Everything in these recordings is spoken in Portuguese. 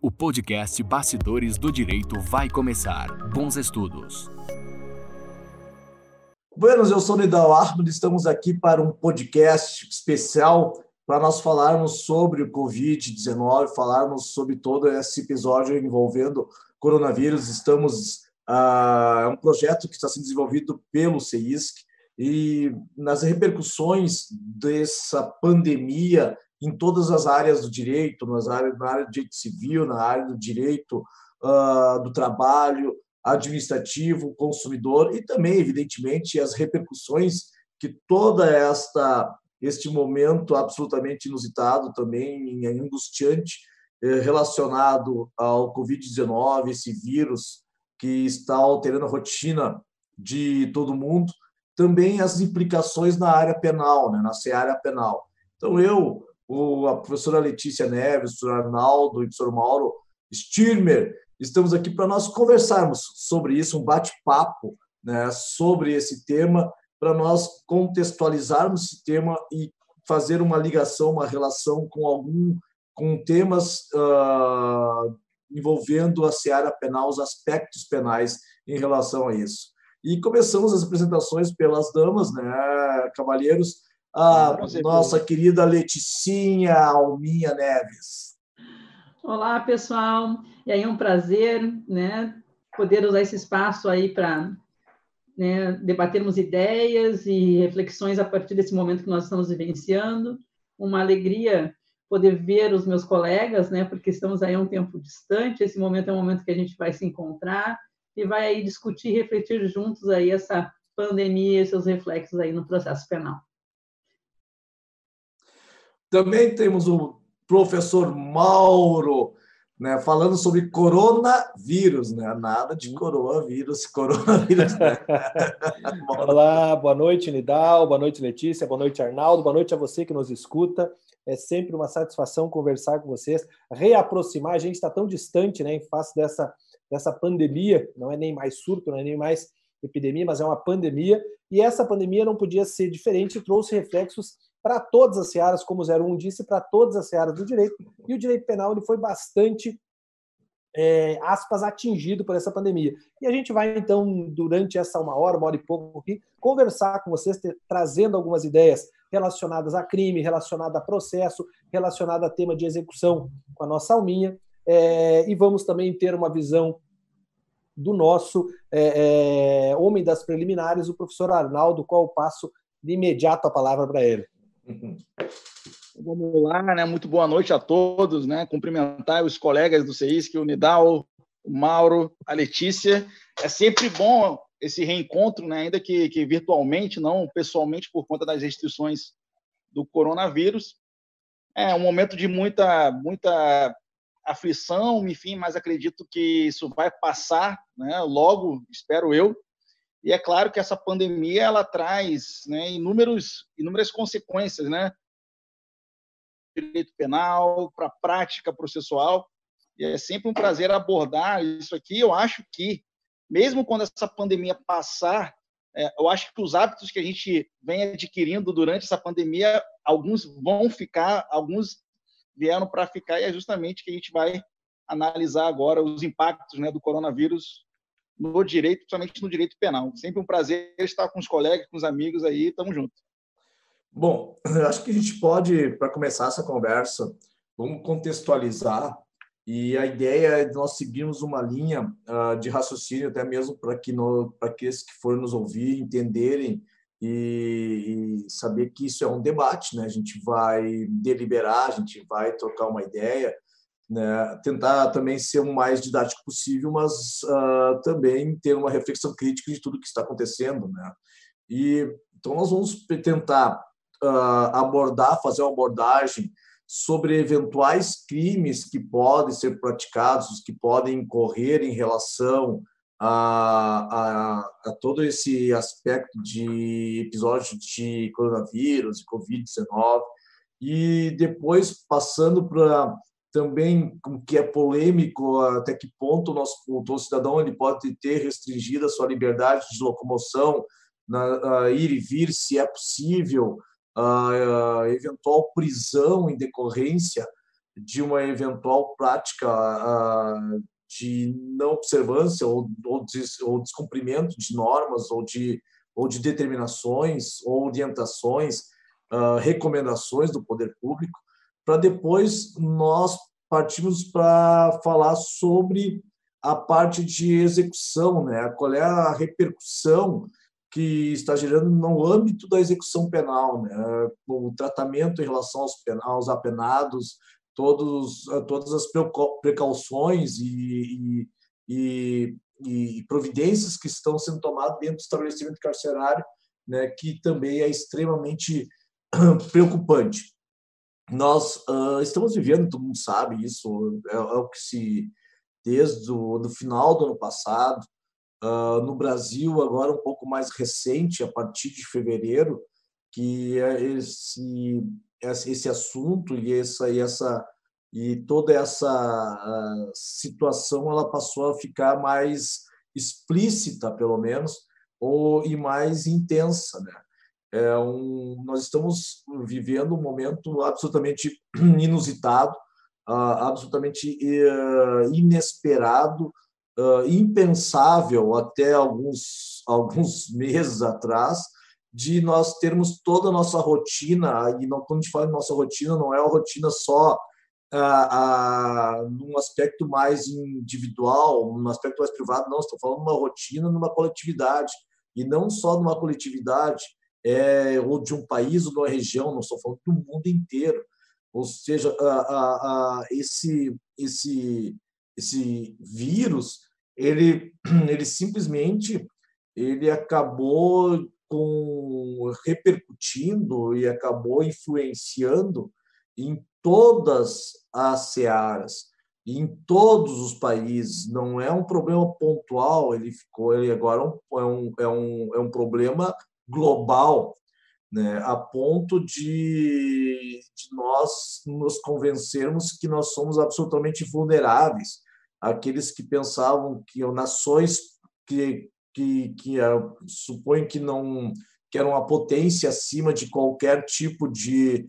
O podcast Bastidores do Direito vai começar. Bons estudos. Buenos, eu sou o Nidal Arnold, estamos aqui para um podcast especial para nós falarmos sobre o Covid-19, falarmos sobre todo esse episódio envolvendo coronavírus. É um projeto que está sendo desenvolvido pelo CEISC e nas repercussões dessa pandemia em todas as áreas do direito, na área do direito civil, na área do direito do trabalho, administrativo, consumidor e também, evidentemente, as repercussões que este momento absolutamente inusitado, também angustiante, relacionado ao Covid-19, esse vírus que está alterando a rotina de todo mundo, também as implicações na área penal, na seara penal. Então, a professora Letícia Neves, o professor Arnaldo e o professor Mauro Stirmer, estamos aqui para nós conversarmos sobre isso, um bate-papo, sobre esse tema, para nós contextualizarmos esse tema e fazer uma ligação, uma relação com temas envolvendo a seara penal, os aspectos penais em relação a isso. E começamos as apresentações pelas damas, cavalheiros, a nossa querida Leticinha Alminha Neves. Olá, pessoal. E aí, é um prazer, poder usar esse espaço aí para debatermos ideias e reflexões a partir desse momento que nós estamos vivenciando. Uma alegria poder ver os meus colegas, porque estamos aí um tempo distante. Esse momento é um momento que a gente vai se encontrar e vai aí discutir e refletir juntos aí essa pandemia e seus reflexos aí no processo penal. Também temos o professor Mauro, falando sobre coronavírus, nada de coronavírus. Olá, boa noite, Nidal, boa noite, Letícia, boa noite, Arnaldo, boa noite a você que nos escuta. É sempre uma satisfação conversar com vocês, reaproximar. A gente está tão distante, em face dessa pandemia, não é nem mais surto, não é nem mais epidemia, mas é uma pandemia, e essa pandemia não podia ser diferente, trouxe reflexos para todas as searas, como o 01 disse, para todas as searas do direito, e o direito penal ele foi bastante, aspas, atingido por essa pandemia. E a gente vai, então, durante essa uma hora e pouco aqui, conversar com vocês, trazendo algumas ideias relacionadas a crime, relacionadas a processo, relacionadas a tema de execução com a nossa Alminha, e vamos também ter uma visão do nosso homem das preliminares, o professor Arnaldo, qual eu passo de imediato a palavra para ele. Vamos lá, muito boa noite a todos, cumprimentar os colegas do CEISC, o Nidal, o Mauro, a Letícia. É sempre bom esse reencontro, ainda que virtualmente, não pessoalmente, por conta das restrições do coronavírus. É um momento de muita aflição, enfim, mas acredito que isso vai passar, logo, espero eu. E é claro que essa pandemia ela traz inúmeras consequências, direito penal, para a prática processual, e é sempre um prazer abordar isso aqui. Eu acho que, mesmo quando essa pandemia passar, eu acho que os hábitos que a gente vem adquirindo durante essa pandemia, alguns vão ficar, alguns vieram para ficar, e é justamente que a gente vai analisar agora os impactos do coronavírus no direito, principalmente no direito penal. Sempre um prazer estar com os colegas, com os amigos aí, estamos juntos. Bom, acho que a gente pode, para começar essa conversa, vamos contextualizar, e a ideia é de nós seguirmos uma linha de raciocínio, até mesmo para aqueles que forem nos ouvir entenderem e saber que isso é um debate, A gente vai deliberar, a gente vai trocar uma ideia, tentar também ser o mais didático possível, mas também ter uma reflexão crítica de tudo que está acontecendo, E então nós vamos tentar fazer uma abordagem sobre eventuais crimes que podem ser praticados, que podem incorrer em relação a todo esse aspecto de episódio de coronavírus, de Covid-19, e depois passando para também o que é polêmico, até que ponto o cidadão ele pode ter restringida a sua liberdade de locomoção, ir e vir, se é possível, eventual prisão em decorrência de uma eventual prática de não observância ou descumprimento de normas ou de determinações ou orientações, recomendações do poder público, para depois nós partirmos para falar sobre a parte de execução, né? Qual é a repercussão que está gerando no âmbito da execução penal, né? O tratamento em relação aos apenados, todas as precauções e providências que estão sendo tomadas dentro do estabelecimento carcerário, né? Que também é extremamente preocupante. Nós estamos vivendo, todo mundo sabe isso, é o que desde o final do ano passado, no Brasil, agora um pouco mais recente, a partir de fevereiro, que esse assunto e toda essa situação ela passou a ficar mais explícita, pelo menos, e mais intensa, né? Nós estamos vivendo um momento absolutamente inusitado, absolutamente inesperado, impensável até alguns meses atrás, de nós termos toda a nossa rotina, e não, quando a gente fala de nossa rotina, não é uma rotina só num aspecto mais individual, num aspecto mais privado, não, estou falando de uma rotina numa coletividade, e não só numa coletividade, ou de um país ou de uma região, não estou falando do mundo inteiro. Ou seja, esse vírus, ele simplesmente acabou repercutindo e acabou influenciando em todas as searas, em todos os países. Não é um problema pontual, ele agora é um problema global, né, a ponto de nós nos convencermos que nós somos absolutamente vulneráveis. Aqueles que pensavam que nações que supõem que eram uma potência acima de qualquer tipo de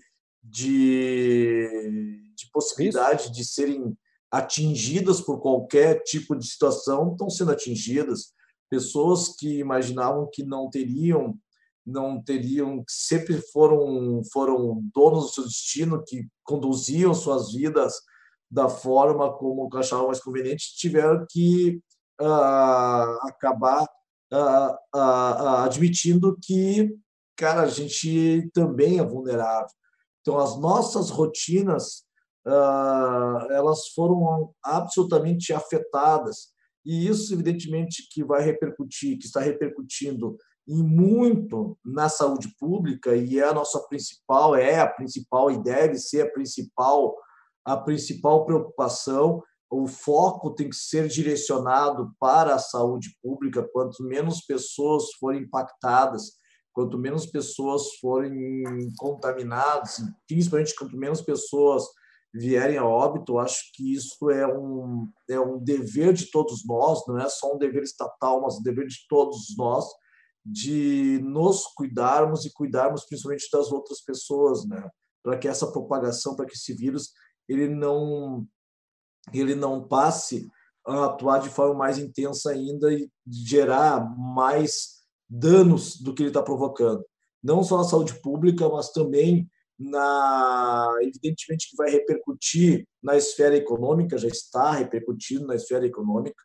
possibilidade de serem atingidas por qualquer tipo de situação, estão sendo atingidas. Pessoas que imaginavam que não teriam, sempre foram donos do seu destino, que conduziam suas vidas da forma como achavam mais conveniente, tiveram que acabar admitindo que, cara, a gente também é vulnerável. Então, as nossas rotinas, elas foram absolutamente afetadas. E isso, evidentemente, que está repercutindo em muito na saúde pública, e é a principal e deve ser a principal preocupação. O foco tem que ser direcionado para a saúde pública. Quanto menos pessoas forem impactadas, quanto menos pessoas forem contaminadas, principalmente quanto menos pessoas vierem a óbito, acho que isso é um dever de todos nós, não é só um dever estatal, mas um dever de todos nós, de nos cuidarmos e cuidarmos principalmente das outras pessoas, né? Para que essa propagação, para que esse vírus ele não passe a atuar de forma mais intensa ainda e gerar mais danos do que ele está provocando. Não só na saúde pública, mas também, evidentemente, que vai repercutir na esfera econômica, já está repercutindo na esfera econômica.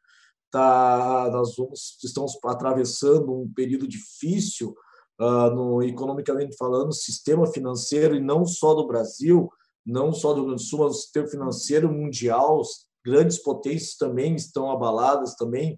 Estamos atravessando um período difícil, economicamente falando, sistema financeiro, e não só do Brasil, não só do Rio Grande do Sul, mas o sistema financeiro mundial. Grandes potências também estão abaladas, também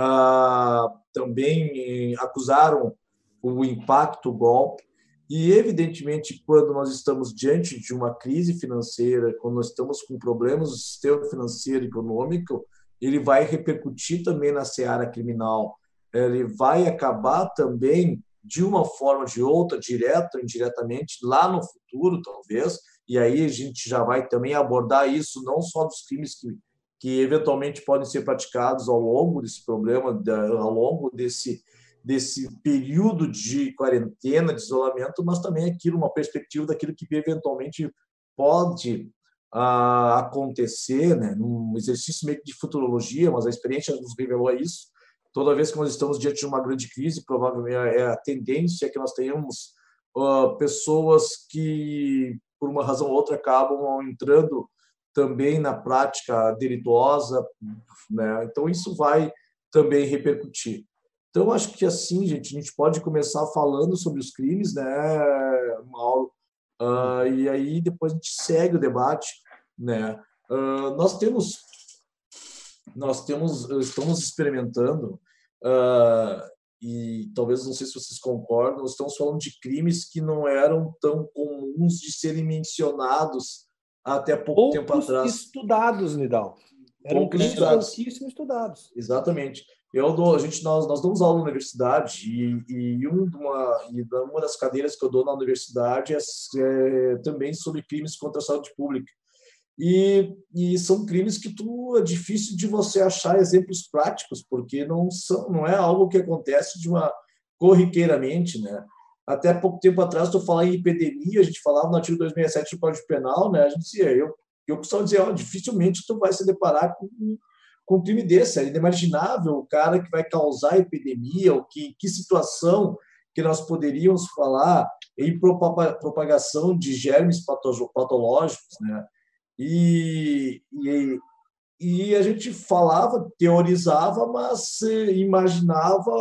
acusaram o impacto, o golpe. E, evidentemente, quando nós estamos diante de uma crise financeira, quando nós estamos com problemas no sistema financeiro e econômico, ele vai repercutir também na seara criminal. Ele vai acabar também, de uma forma ou de outra, direta ou indiretamente, lá no futuro, talvez, e aí a gente já vai também abordar isso, não só dos crimes que eventualmente podem ser praticados ao longo desse problema, ao longo desse período de quarentena, de isolamento, mas também uma perspectiva daquilo que eventualmente pode a acontecer, né, num exercício meio que de futurologia, mas a experiência nos revelou isso. Toda vez que nós estamos diante de uma grande crise, provavelmente a tendência é que nós tenhamos pessoas que, por uma razão ou outra, acabam entrando também na prática delituosa, né? Então, isso vai também repercutir. Então, acho que assim, gente, a gente pode começar falando sobre os crimes, né, Mauro? E aí depois a gente segue o debate, né? Estamos experimentando, e talvez, não sei se vocês concordam, nós estamos falando de crimes que não eram tão comuns de serem mencionados até pouco tempo atrás. Estudados, Nidal. Eram crimes pouquíssimo estudados. Exatamente. Nós damos aula na universidade e uma das cadeiras que eu dou na universidade é também sobre crimes contra a saúde pública. E são crimes que é difícil de você achar exemplos práticos, porque não é algo que acontece corriqueiramente, né? Até pouco tempo atrás, tu falava em epidemia, a gente falava no artigo 267 do Código Penal, né? A gente dizia, eu costumo dizer, dificilmente tu vai se deparar com um crime desse. É inimaginável o cara que vai causar epidemia, ou que situação que nós poderíamos falar em propagação de germes patológicos, né? E a gente falava, teorizava, mas imaginava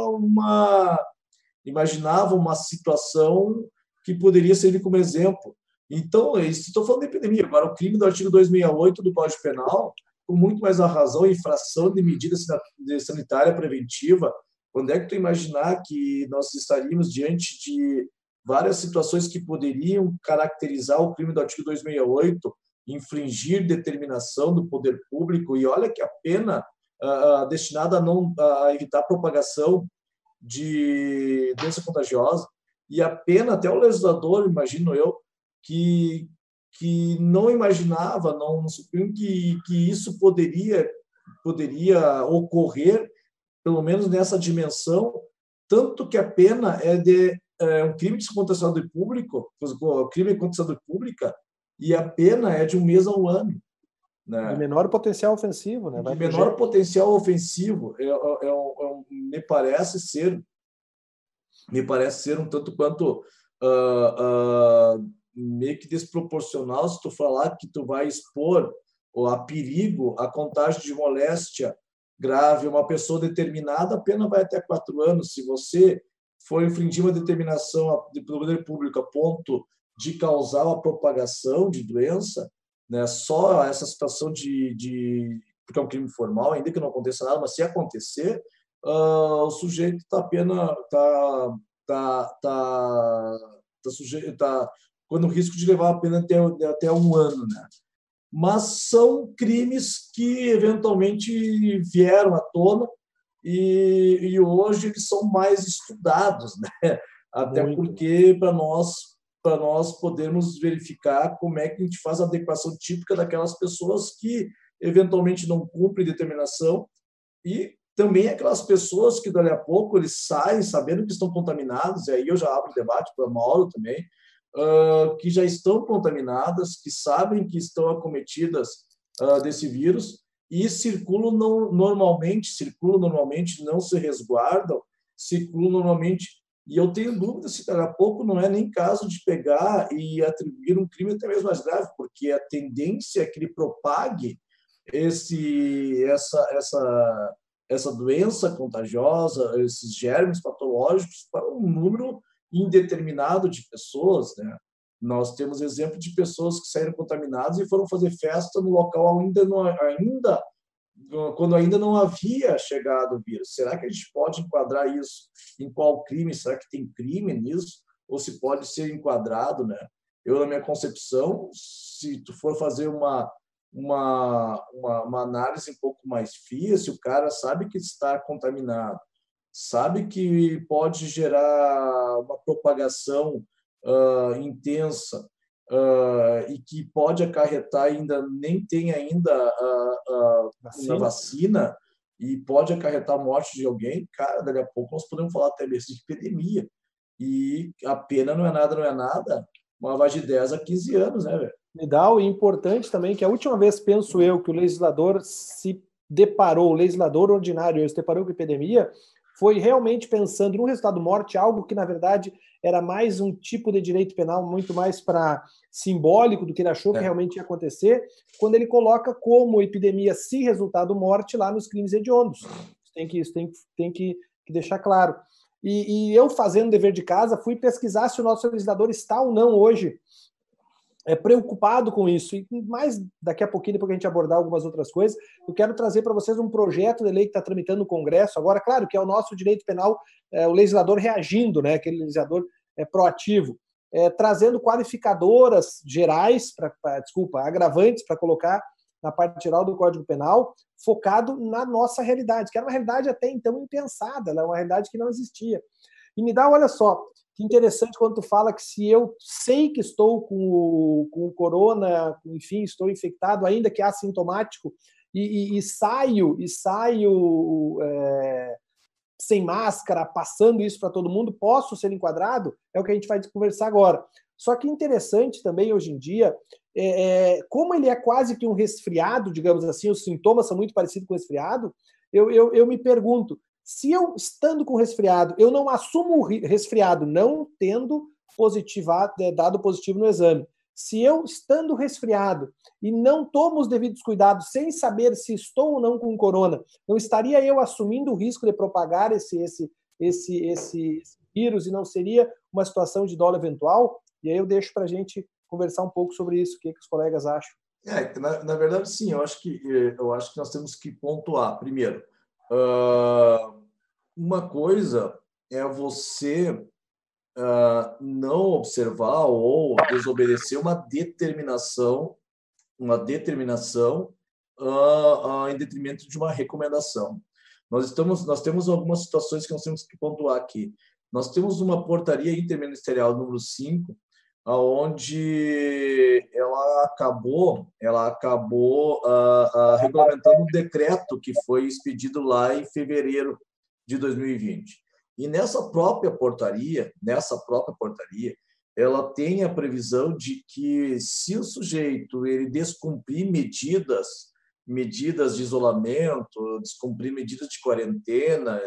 uma situação que poderia servir como exemplo. Então, estou falando de epidemia. Agora, o crime do artigo 268 do Código Penal, com muito mais a razão, infração de medida sanitária preventiva. Quando é que tu imaginar que nós estaríamos diante de várias situações que poderiam caracterizar o crime do artigo 268, infringir determinação do poder público? E olha que a pena destinada a evitar a propagação de doença contagiosa, e a pena, até o legislador, imagino eu, que não imaginava, não supunha que isso poderia ocorrer, pelo menos nessa dimensão, tanto que a pena é um crime contra a saúde pública, crime contra a saúde pública, e a pena é de 1 mês a 1 ano. Né? De menor potencial ofensivo, né? De menor potencial ofensivo, me parece ser um tanto quanto meio que desproporcional se tu falar que tu vai expor a perigo, a contágio de moléstia grave uma pessoa determinada, a pena vai até 4 anos. Se você for infringir uma determinação do poder público a ponto de causar a propagação de doença, né, só essa situação porque é um crime formal, ainda que não aconteça nada, mas se acontecer, o sujeito está correndo o risco de levar a pena até 1 ano, né? Mas são crimes que eventualmente vieram à tona e hoje eles são mais estudados, né? Até muito. Porque para nós podermos verificar como é que a gente faz a adequação típica daquelas pessoas que eventualmente não cumprem determinação, e também aquelas pessoas que dali a pouco eles saem sabendo que estão contaminados, e aí eu já abro o debate para o Mauro também, que já estão contaminadas, que sabem que estão acometidas desse vírus e circulam normalmente, não se resguardam, circulam normalmente. E eu tenho dúvida se daqui a pouco não é nem caso de pegar e atribuir um crime até mesmo mais grave, porque a tendência é que ele propague essa doença contagiosa, esses germes patológicos, para um número indeterminado de pessoas, né? Nós temos exemplo de pessoas que saíram contaminadas e foram fazer festa no local quando ainda não havia chegado o vírus. Será que a gente pode enquadrar isso em qual crime? Será que tem crime nisso? Ou se pode ser enquadrado, né? Eu, na minha concepção, se tu for fazer uma análise um pouco mais fria, se o cara sabe que está contaminado, sabe que pode gerar uma propagação intensa e que pode acarretar nem tem ainda a vacina e pode acarretar a morte de alguém, cara, daqui a pouco nós podemos falar até mesmo de epidemia. E a pena não é nada, mas vai de 10 a 15 anos, né, velho? Nidal, e importante também que a última vez, penso eu, que o legislador o legislador ordinário se deparou com a epidemia, foi realmente pensando no resultado morte, algo que, na verdade, era mais um tipo de direito penal muito mais para simbólico do que ele achou que realmente ia acontecer, quando ele coloca como epidemia se resultado morte lá nos crimes hediondos. Isso tem que deixar claro. E eu, fazendo dever de casa, fui pesquisar se o nosso legislador está ou não hoje preocupado com isso. E mais daqui a pouquinho, depois que a gente abordar algumas outras coisas, eu quero trazer para vocês um projeto de lei que está tramitando no Congresso agora, claro, que é o nosso direito penal, o legislador reagindo, né, aquele legislador proativo, trazendo qualificadoras gerais, agravantes para colocar na parte geral do Código Penal, focado na nossa realidade, que era uma realidade até então impensada, ela é uma realidade que não existia. E me dá, olha só, que interessante quando tu fala que se eu sei que estou com o corona, enfim, estou infectado, ainda que assintomático, e saio sem máscara, passando isso para todo mundo, posso ser enquadrado? É o que a gente vai conversar agora. Só que interessante também, hoje em dia, como ele é quase que um resfriado, digamos assim, os sintomas são muito parecidos com resfriado, eu me pergunto, se eu, estando com resfriado, eu não assumo o resfriado, não tendo dado positivo no exame, se eu, estando resfriado, e não tomo os devidos cuidados, sem saber se estou ou não com corona, não estaria eu assumindo o risco de propagar esse vírus e não seria uma situação de dolo eventual? E aí eu deixo para a gente conversar um pouco sobre isso, o que os colegas acham. Na verdade, sim, eu acho que nós temos que pontuar. Primeiro, uma coisa é você não observar ou desobedecer uma determinação em detrimento de uma recomendação. Nós temos algumas situações que nós temos que pontuar aqui. Nós temos uma portaria interministerial número 5, onde ela acabou regulamentando um decreto que foi expedido lá em fevereiro de 2020. E nessa própria portaria, ela tem a previsão de que, se o sujeito ele descumprir medidas de isolamento, descumprir medidas de quarentena,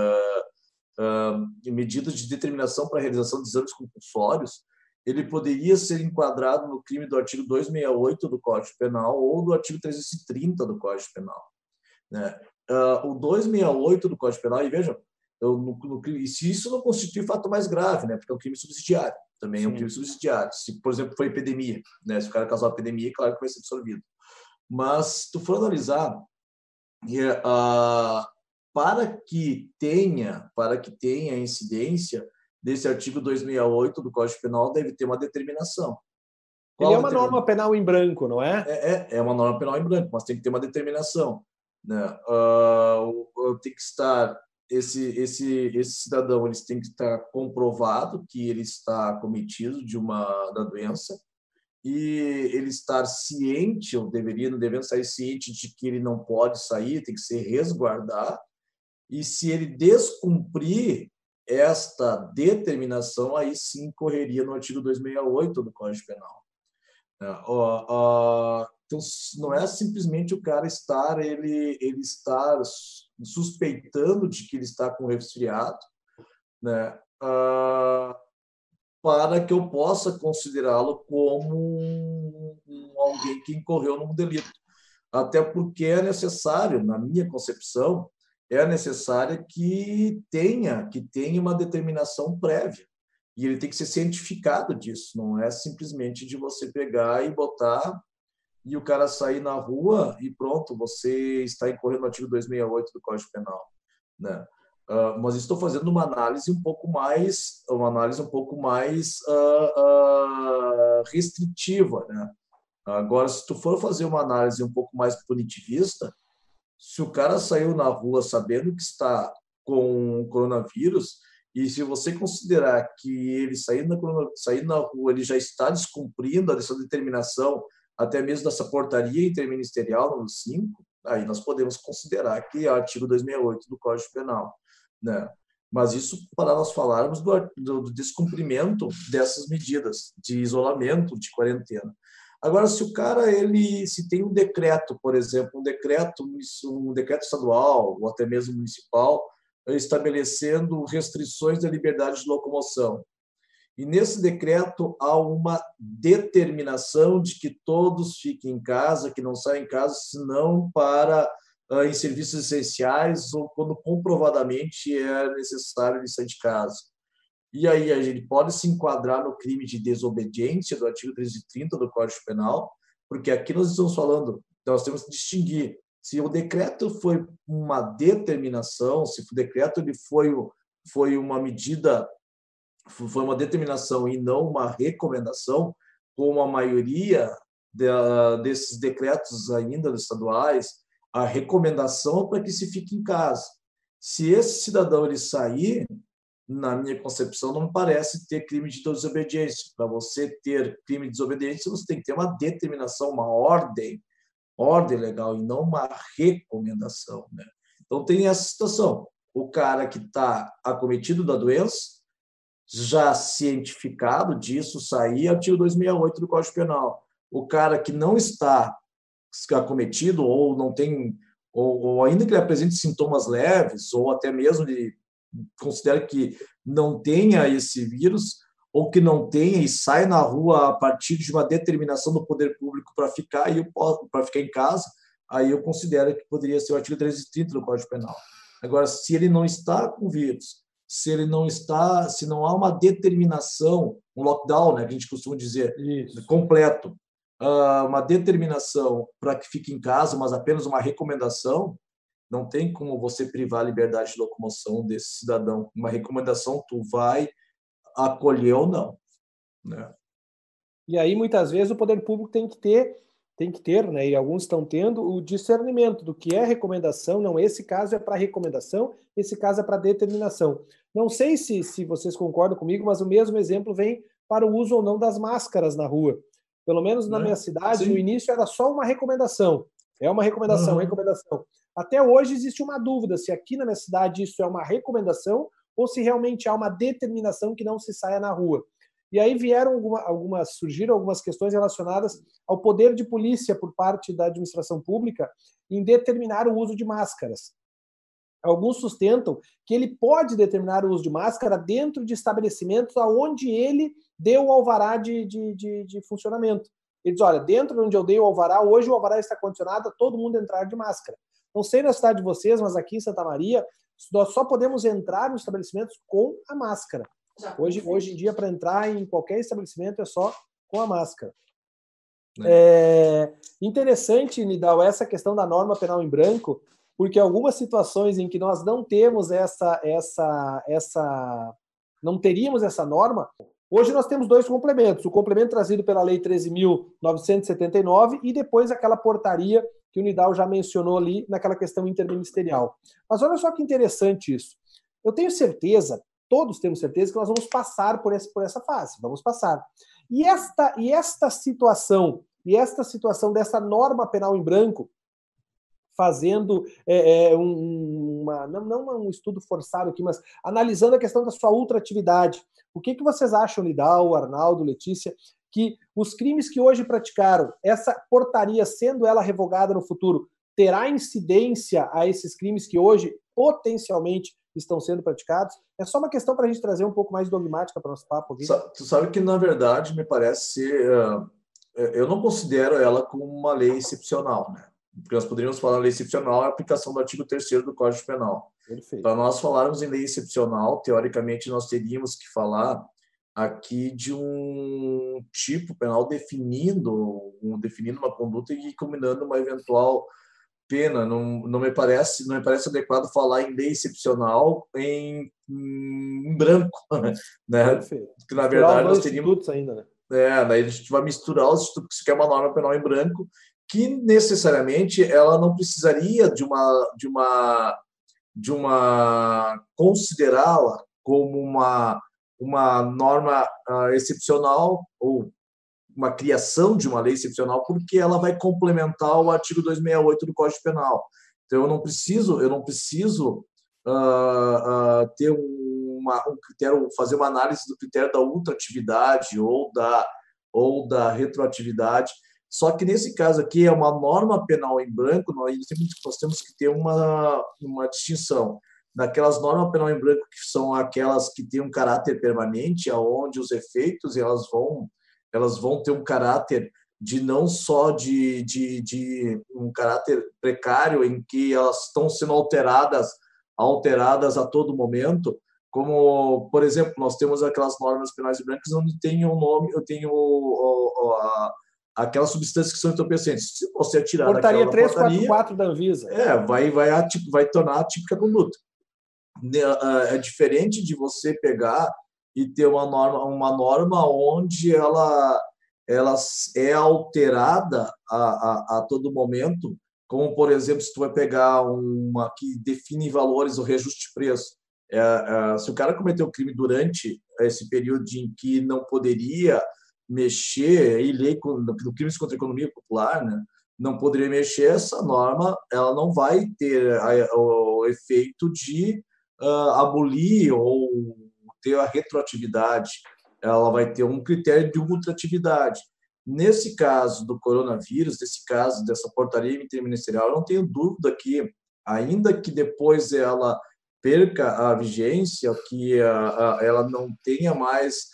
medidas de determinação para a realização de exames compulsórios, ele poderia ser enquadrado no crime do artigo 268 do Código Penal ou do artigo 330 do Código Penal. Né? O 268 do Código Penal, e vejam, se isso não constitui fato mais grave, né? Porque é um crime subsidiário, também é um crime subsidiário. Se, por exemplo, for epidemia, né? Se o cara causar epidemia, claro que vai ser absorvido. Mas, se tu for analisar, para que tenha a incidência desse artigo 268 do Código Penal, deve ter uma determinação. Ele é uma norma penal em branco, não é? É uma norma penal em branco, mas tem que ter uma determinação. Né? Tem que estar esse cidadão, eles têm que estar comprovado que ele está cometido da doença, e ele estar ciente, ou devendo estar ciente de que ele não pode sair, tem que se resguardar, e se ele descumprir esta determinação, aí sim correria no artigo 268 do Código Penal. Então, não é simplesmente o cara estar suspeitando de que ele está com resfriado, né, para que eu possa considerá-lo como alguém que incorreu num delito. Até porque é necessário, na minha concepção, é necessário que tenha uma determinação prévia. E ele tem que ser cientificado disso, não é simplesmente de você pegar e botar e o cara sair na rua e pronto, você está incorrendo no artigo 268 do Código Penal. Né? Mas estou fazendo uma análise um pouco mais restritiva. Né? Agora, se tu for fazer uma análise um pouco mais punitivista, se o cara saiu na rua sabendo que está com coronavírus, e se você considerar que ele saindo na rua ele já está descumprindo essa determinação, até mesmo dessa portaria interministerial número 5, aí nós podemos considerar que é o artigo 268 do Código Penal. Né? Mas isso para nós falarmos do descumprimento dessas medidas de isolamento, de quarentena. Agora, se o cara, se tem um decreto, por exemplo, um decreto estadual ou até mesmo municipal, estabelecendo restrições da liberdade de locomoção, e nesse decreto há uma determinação de que todos fiquem em casa, que não saiam em casa, senão para em serviços essenciais ou quando comprovadamente é necessário ele sair de casa. E aí a gente pode se enquadrar no crime de desobediência do artigo 330 do Código Penal, porque aqui nós estamos falando, nós temos que distinguir se o decreto foi uma determinação, se o decreto ele foi uma medida, foi uma determinação e não uma recomendação, como a maioria desses decretos ainda estaduais, a recomendação é para que se fique em casa. Se esse cidadão ele sair, na minha concepção, não me parece ter crime de desobediência. Para você ter crime de desobediência, você tem que ter uma determinação, uma ordem legal, e não uma recomendação, né? Então, tem essa situação. O cara que está acometido da doença, já cientificado disso, sair, artigo 268 do Código Penal. O cara que não está acometido ou não tem, ou ainda que ele apresente sintomas leves, ou até mesmo ele considera que não tenha esse vírus, ou que não tenha e sai na rua a partir de uma determinação do poder público para ficar em casa, aí eu considero que poderia ser o artigo 330 do Código Penal. Agora, se ele não está com vírus, se não há uma determinação, um lockdown, né, que a gente costuma dizer, isso, completo, uma determinação para que fique em casa, mas apenas uma recomendação, não tem como você privar a liberdade de locomoção desse cidadão. Uma recomendação, tu vai acolher ou não, né? E aí, muitas vezes, o poder público tem que ter, né, e alguns estão tendo, o discernimento do que é recomendação. Não, esse caso é para recomendação, esse caso é para determinação. Não sei se vocês concordam comigo, mas o mesmo exemplo vem para o uso ou não das máscaras na rua. Pelo menos na minha cidade, no início era só uma recomendação. É uma recomendação, recomendação. Até hoje existe uma dúvida se aqui na minha cidade isso é uma recomendação ou se realmente há uma determinação que não se saia na rua. E aí surgiram algumas questões relacionadas ao poder de polícia por parte da administração pública em determinar o uso de máscaras. Alguns sustentam que ele pode determinar o uso de máscara dentro de estabelecimentos onde ele deu o alvará de funcionamento. Ele diz, olha, dentro de onde eu dei o alvará, hoje o alvará está condicionado a todo mundo entrar de máscara. Não sei na cidade de vocês, mas aqui em Santa Maria, nós só podemos entrar nos estabelecimentos com a máscara. Hoje em dia, para entrar em qualquer estabelecimento, é só com a máscara. É interessante, Nidal, essa questão da norma penal em branco, porque algumas situações em que nós não temos não teríamos essa norma, hoje nós temos dois complementos. O complemento trazido pela Lei 13.979 e depois aquela portaria que o Nidal já mencionou ali naquela questão interministerial. Mas olha só que interessante isso. Eu tenho certeza, todos temos certeza, que nós vamos passar por essa fase. Vamos passar. E esta situação dessa norma penal em branco, fazendo não um estudo forçado aqui, mas analisando a questão da sua ultratividade. O que vocês acham, Nidal, Arnaldo, Letícia, que os crimes que hoje praticaram, essa portaria, sendo ela revogada no futuro, terá incidência a esses crimes que hoje potencialmente estão sendo praticados? É só uma questão para a gente trazer um pouco mais dogmática para o nosso papo aqui. Tu sabe que, na verdade, me parece ser... eu não considero ela como uma lei excepcional, né? Porque nós poderíamos falar lei excepcional é a aplicação do artigo 3º do Código Penal. Para nós falarmos em lei excepcional, teoricamente, nós teríamos que falar aqui de um tipo penal definindo uma conduta e combinando uma eventual pena. Não me parece adequado falar em lei excepcional em branco, né? Porque, na verdade, nós teríamos... ainda, né? Daí a gente vai misturar os institutos, que é uma norma penal em branco, que necessariamente ela não precisaria de uma considerá-la como uma norma excepcional ou uma criação de uma lei excepcional, porque ela vai complementar o artigo 268 do Código Penal. Então eu não preciso ter um critério, fazer uma análise do critério da ultratividade ou da retroatividade. Só que nesse caso aqui é uma norma penal em branco, nós temos que ter uma distinção daquelas normas penal em branco que são aquelas que têm um caráter permanente, aonde os efeitos elas vão ter um caráter de não só de um caráter precário em que elas estão sendo alteradas a todo momento, como, por exemplo, nós temos aquelas normas penais em brancos onde tem um nome, eu tenho aquelas substâncias que são entorpecentes. Se você tirar portaria daquela 344 da Anvisa. vai tornar a típica conduta. É diferente de você pegar e ter uma norma onde ela é alterada a todo momento, como, por exemplo, se tu vai pegar uma que define valores ou reajuste de preço. Se o cara cometeu crime durante esse período em que não poderia mexer, e lei do crimes contra a economia popular, né, não poderia mexer, essa norma ela não vai ter o efeito de abolir ou ter a retroatividade, ela vai ter um critério de ultratividade. Nesse caso do coronavírus, nesse caso dessa portaria interministerial, eu não tenho dúvida que, ainda que depois ela perca a vigência, que ela não tenha mais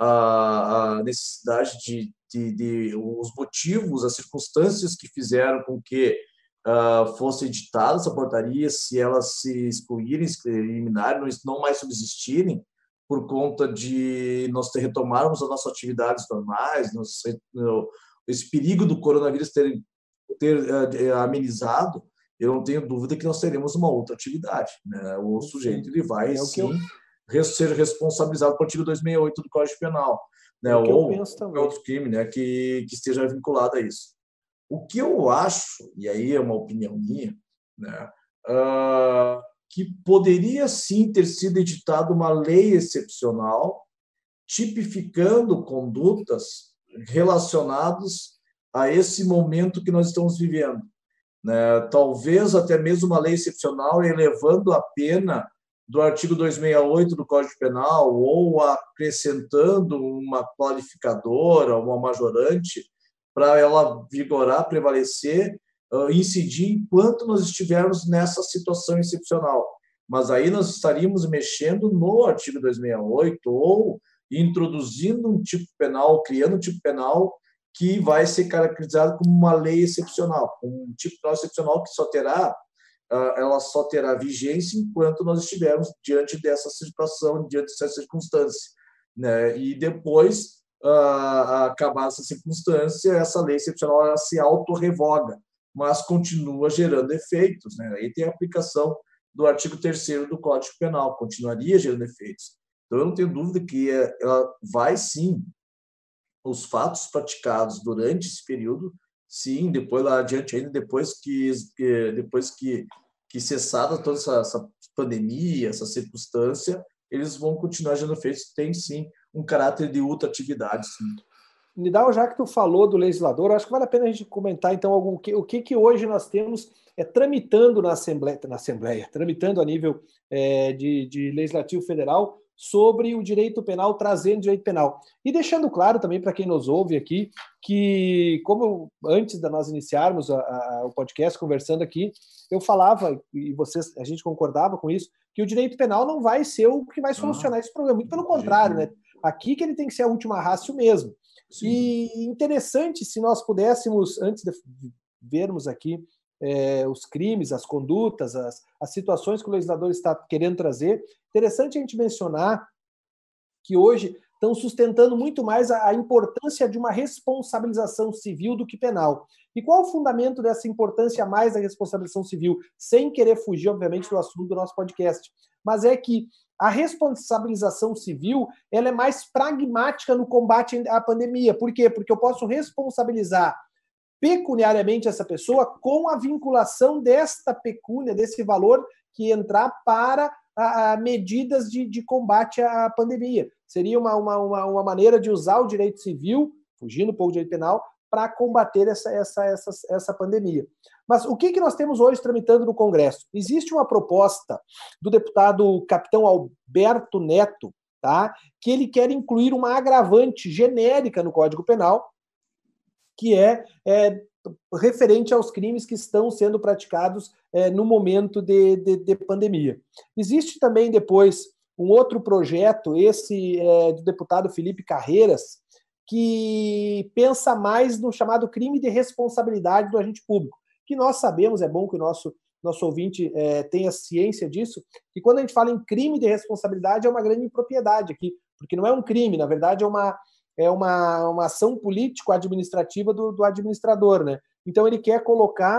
a necessidade de os motivos, as circunstâncias que fizeram com que fosse editada essa portaria, se elas se excluírem, se eliminarem, não mais subsistirem, por conta de nós retomarmos as nossas atividades normais, esse perigo do coronavírus ter amenizado, eu não tenho dúvida que nós teremos uma outra atividade, né? O sujeito ele vai sim ser responsabilizado pelo artigo 268 do Código Penal, né? Ou outro crime, né, que esteja vinculado a isso. O que eu acho, e aí é uma opinião minha, né, que poderia sim ter sido editada uma lei excepcional tipificando condutas relacionadas a esse momento que nós estamos vivendo, né? Talvez até mesmo uma lei excepcional elevando a pena do artigo 268 do Código Penal ou acrescentando uma qualificadora, uma majorante, para ela vigorar, prevalecer, incidir enquanto nós estivermos nessa situação excepcional. Mas aí nós estaríamos mexendo no artigo 268 ou introduzindo um tipo penal, criando um tipo penal que vai ser caracterizado como uma lei excepcional, um tipo penal excepcional que ela só terá vigência enquanto nós estivermos diante dessa situação, diante dessa circunstância, né? E depois, acabar essa circunstância, essa lei excepcional ela se autorrevoga, mas continua gerando efeitos, né? Aí tem a aplicação do artigo 3º do Código Penal, continuaria gerando efeitos. Então, eu não tenho dúvida que ela vai, sim, os fatos praticados durante esse período, sim, depois lá adiante, ainda depois que cessada toda essa pandemia, essa circunstância, eles vão continuar gerando efeitos, tem, sim, um caráter de ultratividade, sim. Nidal, já que tu falou do legislador, acho que vale a pena a gente comentar, então, o que hoje nós temos tramitando na Assembleia, tramitando a nível de Legislativo Federal, sobre o direito penal, trazendo direito penal. E deixando claro também para quem nos ouve aqui, que como antes de nós iniciarmos o podcast, conversando aqui, eu falava, e a gente concordava com isso, que o direito penal não vai ser o que vai solucionar esse problema. Muito pelo contrário, né? Aqui que ele tem que ser a última ratio mesmo. Sim. E interessante se nós pudéssemos, antes de vermos aqui os crimes, as condutas, as situações que o legislador está querendo trazer, interessante a gente mencionar que hoje estão sustentando muito mais a importância de uma responsabilização civil do que penal. E qual o fundamento dessa importância mais da responsabilização civil? Sem querer fugir, obviamente, do assunto do nosso podcast. Mas é que a responsabilização civil ela é mais pragmática no combate à pandemia. Por quê? Porque eu posso responsabilizar pecuniariamente essa pessoa com a vinculação desta pecúnia, desse valor que entrar para medidas de combate à pandemia. Seria uma maneira de usar o direito civil, fugindo um pouco do direito penal, para combater essa pandemia. Mas o que nós temos hoje tramitando no Congresso? Existe uma proposta do deputado capitão Alberto Neto, tá? Que ele quer incluir uma agravante genérica no Código Penal, que é referente aos crimes que estão sendo praticados no momento de pandemia. Existe também depois um outro projeto, esse do deputado Felipe Carreiras, que pensa mais no chamado crime de responsabilidade do agente público, que nós sabemos, é bom que o nosso ouvinte tenha ciência disso, que quando a gente fala em crime de responsabilidade é uma grande impropriedade aqui, porque não é um crime, na verdade é uma ação político-administrativa do administrador, né? Então ele quer colocar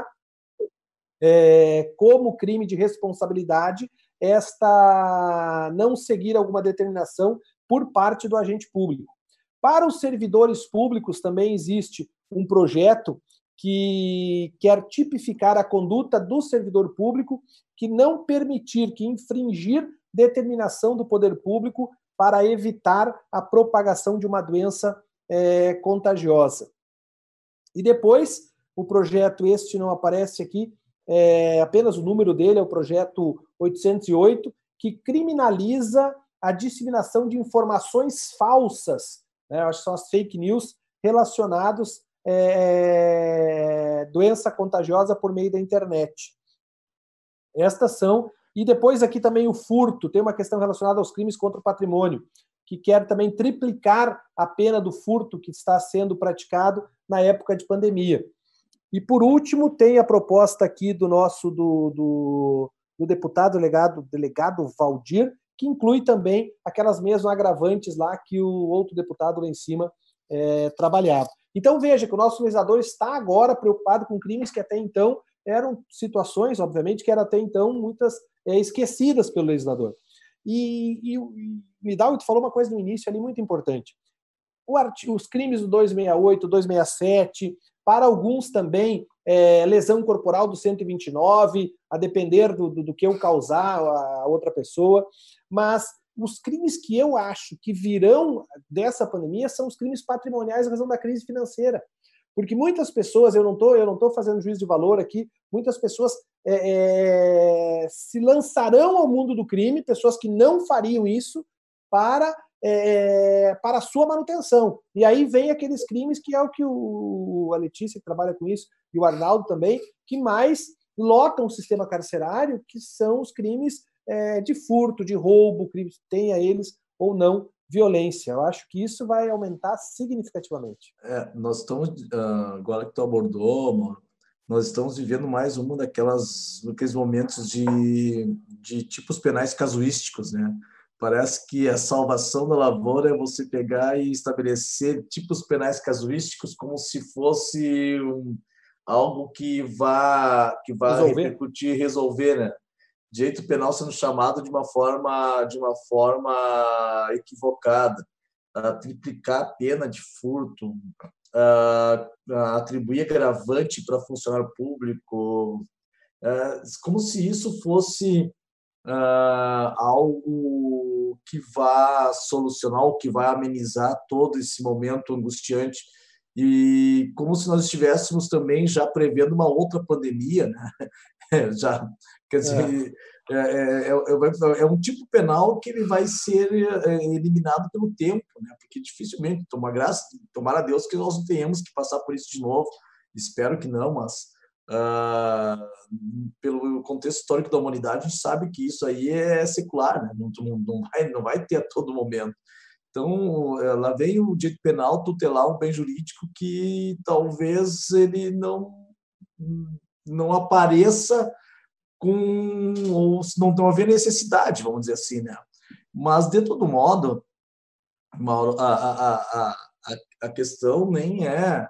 como crime de responsabilidade esta não seguir alguma determinação por parte do agente público. Para os servidores públicos também existe um projeto que quer tipificar a conduta do servidor público que não permitir, que infringir determinação do poder público para evitar a propagação de uma doença contagiosa. E depois, o projeto este não aparece aqui, apenas o número dele é o projeto 808, que criminaliza a disseminação de informações falsas, né? Acho que são as fake news relacionadas doença contagiosa por meio da internet. Estas são, e depois aqui também o furto, tem uma questão relacionada aos crimes contra o patrimônio, que quer também triplicar a pena do furto que está sendo praticado na época de pandemia. E por último, tem a proposta aqui do deputado delegado Valdir, que inclui também aquelas mesmas agravantes lá que o outro deputado lá em cima trabalhava. Então veja que o nosso legislador está agora preocupado com crimes que até então eram situações, obviamente, que eram até então muitas esquecidas pelo legislador. E Nidal falou uma coisa no início ali muito importante. Os crimes do 268, 267, para alguns também lesão corporal do 129, a depender do que eu causar a outra pessoa, mas os crimes que eu acho que virão dessa pandemia são os crimes patrimoniais em razão da crise financeira. Porque muitas pessoas, eu não estou fazendo juízo de valor aqui, muitas pessoas se lançarão ao mundo do crime, pessoas que não fariam isso para a sua manutenção. E aí vem aqueles crimes que é o que a Letícia, que trabalha com isso, e o Arnaldo também, que mais lotam o sistema carcerário, que são os crimes de furto, de roubo, crimes, tenha eles ou não violência. Eu acho que isso vai aumentar significativamente. Nós estamos, agora que tu abordou, Mauro, nós estamos vivendo mais daqueles momentos de tipos penais casuísticos, né? Parece que a salvação da lavoura é você pegar e estabelecer tipos penais casuísticos como se fosse algo que vá repercutir e resolver, né? Direito penal sendo chamado de uma forma equivocada, triplicar a pena de furto, atribuir agravante para funcionário público, como se isso fosse algo que vá solucionar ou que vai amenizar todo esse momento angustiante, e como se nós estivéssemos também já prevendo uma outra pandemia, né? Quer dizer, é um tipo penal que ele vai ser eliminado pelo tempo, né? Porque dificilmente, tomara a Deus que nós não tenhamos que passar por isso de novo, espero que não, mas pelo contexto histórico da humanidade, a gente sabe que isso aí é secular, né? Não vai ter a todo momento. Então, lá vem o direito penal tutelar um bem jurídico que talvez ele não apareça ou se não haver necessidade, vamos dizer assim, né? Mas, de todo modo, Mauro, a questão nem é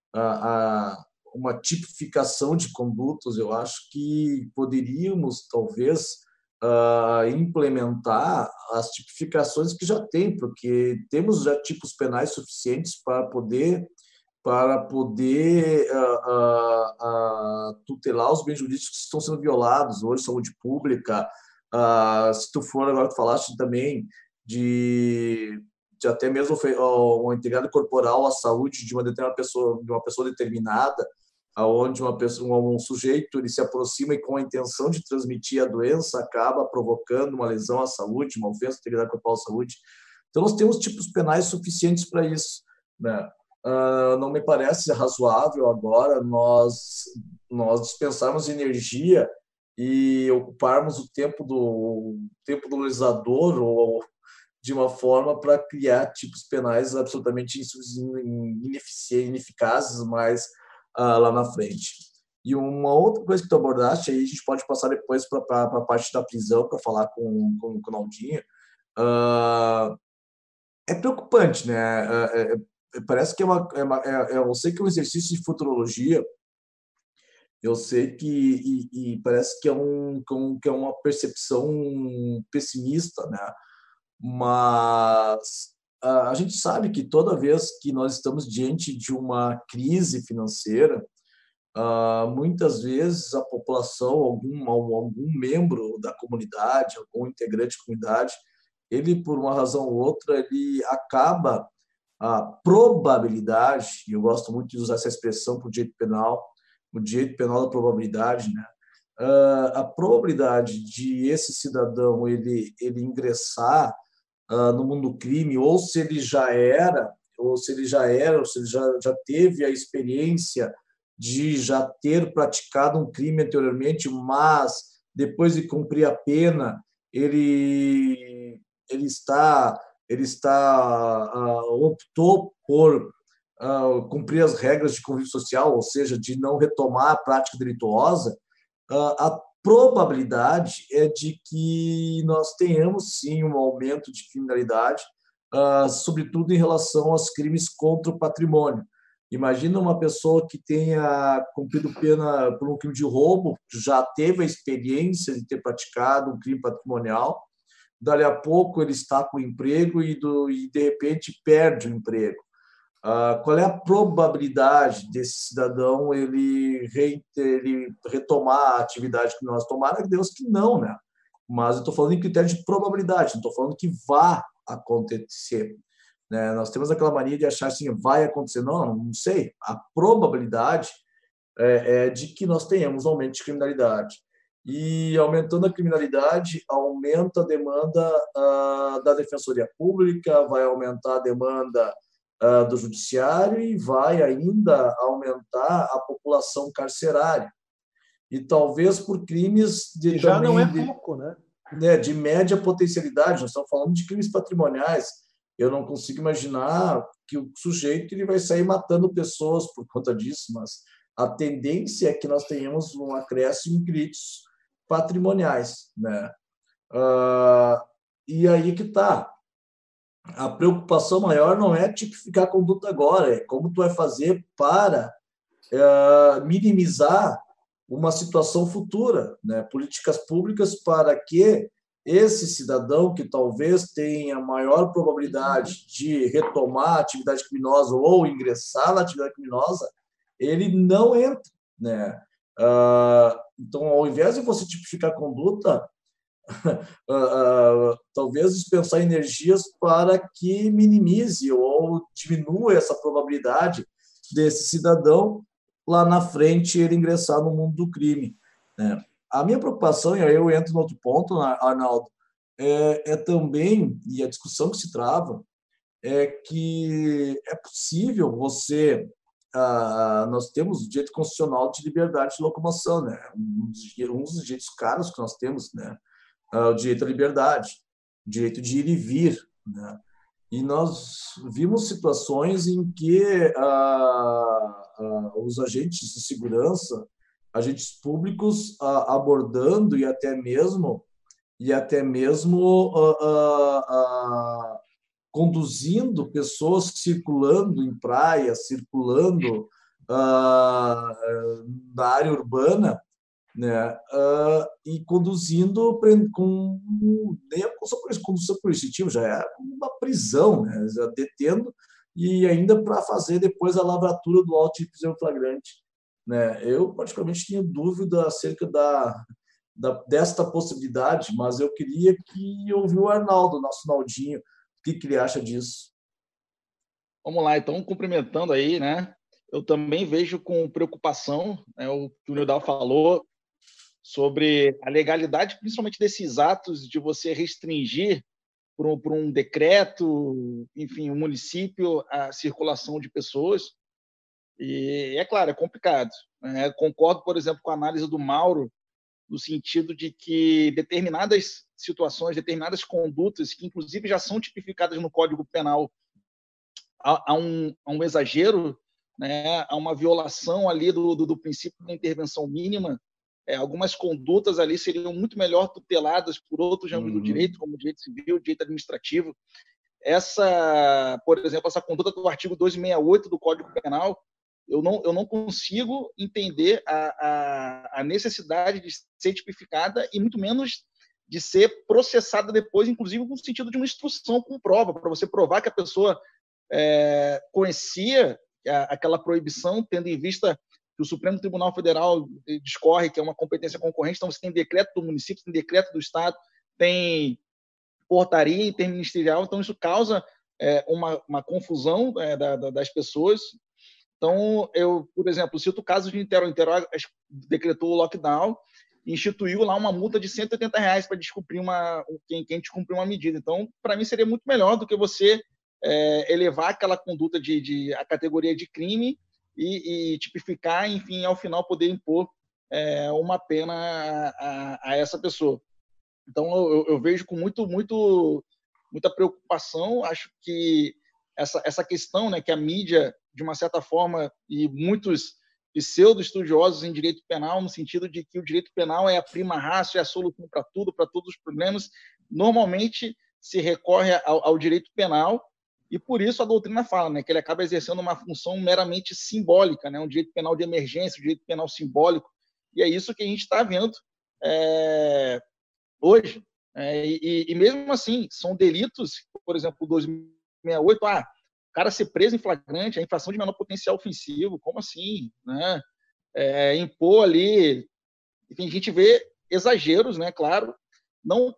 uma tipificação de condutas. Eu acho que poderíamos, talvez, implementar as tipificações que já tem, porque temos já tipos penais suficientes para poder tutelar os bens jurídicos que estão sendo violados hoje, saúde pública. Se tu for, agora tu falaste também de até mesmo uma integridade corporal à saúde de uma determinada pessoa, de uma pessoa determinada, aonde um sujeito ele se aproxima e com a intenção de transmitir a doença acaba provocando uma lesão à saúde, uma ofensa à integridade corporal à saúde. Então nós temos tipos penais suficientes para isso, né? não me parece razoável agora nós dispensarmos energia e ocuparmos o tempo do legislador ou de uma forma para criar tipos penais absolutamente ineficazes mais lá na frente. E uma outra coisa que tu abordaste, aí a gente pode passar depois para a parte da prisão, para falar com o Naldinho, é preocupante, né? Parece que eu sei que é um exercício de futurologia, eu sei que e parece que é uma percepção pessimista, né? Mas a gente sabe que toda vez que nós estamos diante de uma crise financeira, muitas vezes a população, algum membro da comunidade, algum integrante da comunidade, ele, por uma razão ou outra, ele acaba a probabilidade, e eu gosto muito de usar essa expressão para o direito penal da probabilidade, né? A probabilidade de esse cidadão ele ingressar no mundo do crime, ou se ele já teve a experiência de já ter praticado um crime anteriormente, mas depois de cumprir a pena, ele optou por cumprir as regras de convívio social, ou seja, de não retomar a prática delituosa, a probabilidade é de que nós tenhamos, sim, um aumento de criminalidade, sobretudo em relação aos crimes contra o patrimônio. Imagina uma pessoa que tenha cumprido pena por um crime de roubo, já teve a experiência de ter praticado um crime patrimonial, dali a pouco ele está com emprego e de repente perde o emprego. Qual é a probabilidade desse cidadão ele retomar a atividade que nós tomara? Deus que não, né? Mas eu estou falando em critério de probabilidade, não estou falando que vá acontecer. Né? Nós temos aquela mania de achar assim, vai acontecer. Não sei. A probabilidade é de que nós tenhamos aumento de criminalidade. E aumentando a criminalidade, aumenta a demanda da Defensoria Pública, vai aumentar a demanda do Judiciário e vai ainda aumentar a população carcerária. E talvez por crimes de já também, não é pouco, né? De média potencialidade, nós estamos falando de crimes patrimoniais. Eu não consigo imaginar que o sujeito ele vai sair matando pessoas por conta disso, mas a tendência é que nós tenhamos um acréscimo em delitos patrimoniais, né? E aí que está. A preocupação maior não é tipificar a conduta agora, é como tu vai fazer para minimizar uma situação futura, né? Políticas públicas para que esse cidadão que talvez tenha maior probabilidade de retomar a atividade criminosa ou ingressar na atividade criminosa, ele não entra, né? Então, ao invés de você tipificar a conduta, talvez dispensar energias para que minimize ou diminua essa probabilidade desse cidadão lá na frente ele ingressar no mundo do crime, né? A minha preocupação, e aí eu entro no outro ponto, Arnaldo, é também, e a discussão que se trava, é que é possível você... nós temos o direito constitucional de liberdade de locomoção, né? Um dos direitos caros que nós temos, né? O direito à liberdade, o direito de ir e vir, né? E nós vimos situações em que os agentes de segurança, agentes públicos abordando e até mesmo conduzindo pessoas circulando em praias, circulando na área urbana, né? E conduzindo com nem a condução coercitiva, já é uma prisão, né? Já detendo e ainda para fazer depois a lavratura do auto de prisão flagrante, né? Eu particularmente tinha dúvida acerca desta possibilidade, mas eu queria que ouvir o Arnaldo, nosso Naldinho, o que ele acha disso. Vamos lá, então, cumprimentando aí, né? Eu também vejo com preocupação, né, o que o Nildal falou sobre a legalidade, principalmente desses atos de você restringir por um decreto, enfim, um município, a circulação de pessoas. E é claro, é complicado. Concordo, por exemplo, com a análise do Mauro, no sentido de que determinadas situações, determinadas condutas, que inclusive já são tipificadas no Código Penal, há um exagero, né, há uma violação ali do princípio da intervenção mínima. Algumas condutas ali seriam muito melhor tuteladas por outros ramos do direito, como o direito civil, o direito administrativo. Por exemplo, essa conduta do artigo 268 do Código Penal, eu não consigo entender a necessidade de ser tipificada e muito menos de ser processada depois, inclusive no sentido de uma instrução com prova, para você provar que a pessoa conhecia aquela proibição, tendo em vista que o Supremo Tribunal Federal discorre que é uma competência concorrente, então você tem decreto do município, tem decreto do Estado, tem portaria interministerial, então isso causa uma confusão das pessoas. Então, eu, por exemplo, cito o caso de Niterói. Niterói decretou o lockdown e instituiu lá uma multa de R$180 para descumprir quem descumprir uma medida. Então, para mim, seria muito melhor do que você elevar aquela conduta a categoria de crime e tipificar, enfim, ao final poder impor uma pena a essa pessoa. Então, eu vejo com muita preocupação. Acho que essa questão, né, que a mídia, de uma certa forma, e muitos pseudo-estudiosos em direito penal, no sentido de que o direito penal é a prima ratio, é a solução para tudo, para todos os problemas, normalmente se recorre ao direito penal, e por isso a doutrina fala, né, que ele acaba exercendo uma função meramente simbólica, né, um direito penal de emergência, um direito penal simbólico, e é isso que a gente está vendo hoje. E mesmo assim, são delitos, por exemplo, o 268, o cara ser preso em flagrante, a infração de menor potencial ofensivo, como assim? Né? Impor ali... Enfim, a gente vê exageros, né, claro, não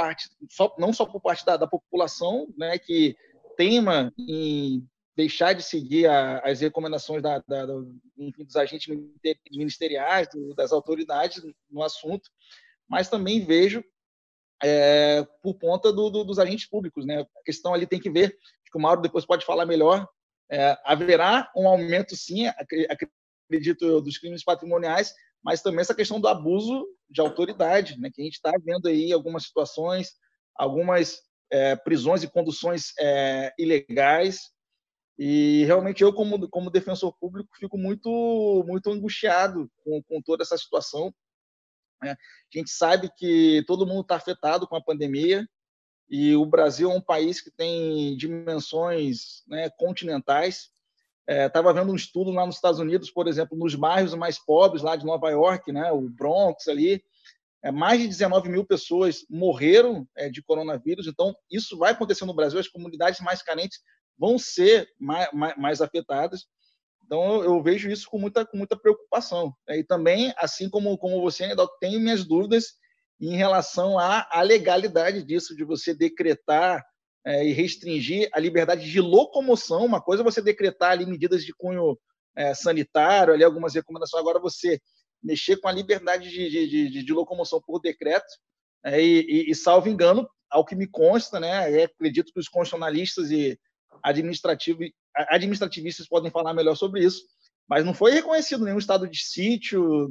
só por parte da população, né, que teima em deixar de seguir as recomendações enfim, dos agentes ministeriais, das autoridades no assunto, mas também vejo por conta dos agentes públicos, né? A questão ali tem que ver, acho que o Mauro depois pode falar melhor, haverá um aumento, sim, acredito, dos crimes patrimoniais, mas também essa questão do abuso de autoridade, né? Que a gente está vendo aí algumas situações, algumas prisões e conduções ilegais, e realmente eu, como defensor público, fico muito angustiado com toda essa situação. A gente sabe que todo mundo está afetado com a pandemia e o Brasil é um país que tem dimensões, né, continentais. Estava vendo um estudo lá nos Estados Unidos, por exemplo, nos bairros mais pobres lá de Nova York, né, o Bronx ali, mais de 19 mil pessoas morreram de coronavírus. Então, isso vai acontecer no Brasil, as comunidades mais carentes vão ser mais afetadas. Então, eu vejo isso com muita preocupação. E também, assim como você, ainda tenho minhas dúvidas em relação à legalidade disso, de você decretar e restringir a liberdade de locomoção. Uma coisa é você decretar ali medidas de cunho sanitário, ali algumas recomendações. Agora, você mexer com a liberdade de locomoção por decreto, e salvo engano, ao que me consta, né, acredito que os constitucionalistas e administrativistas podem falar melhor sobre isso, mas não foi reconhecido nenhum estado de sítio,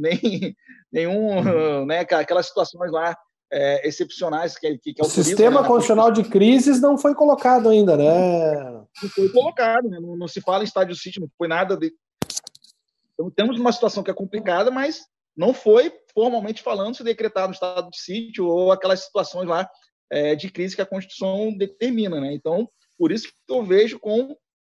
nenhum, né, aquelas situações lá excepcionais que o sistema constitucional de crises não foi colocado ainda, né? Não foi colocado, né? Não se fala em estado de sítio, não foi nada de... Então, temos uma situação que é complicada, mas não foi formalmente falando se decretado um estado de sítio ou aquelas situações lá de crise que a Constituição determina, né? Então, por isso que eu vejo com,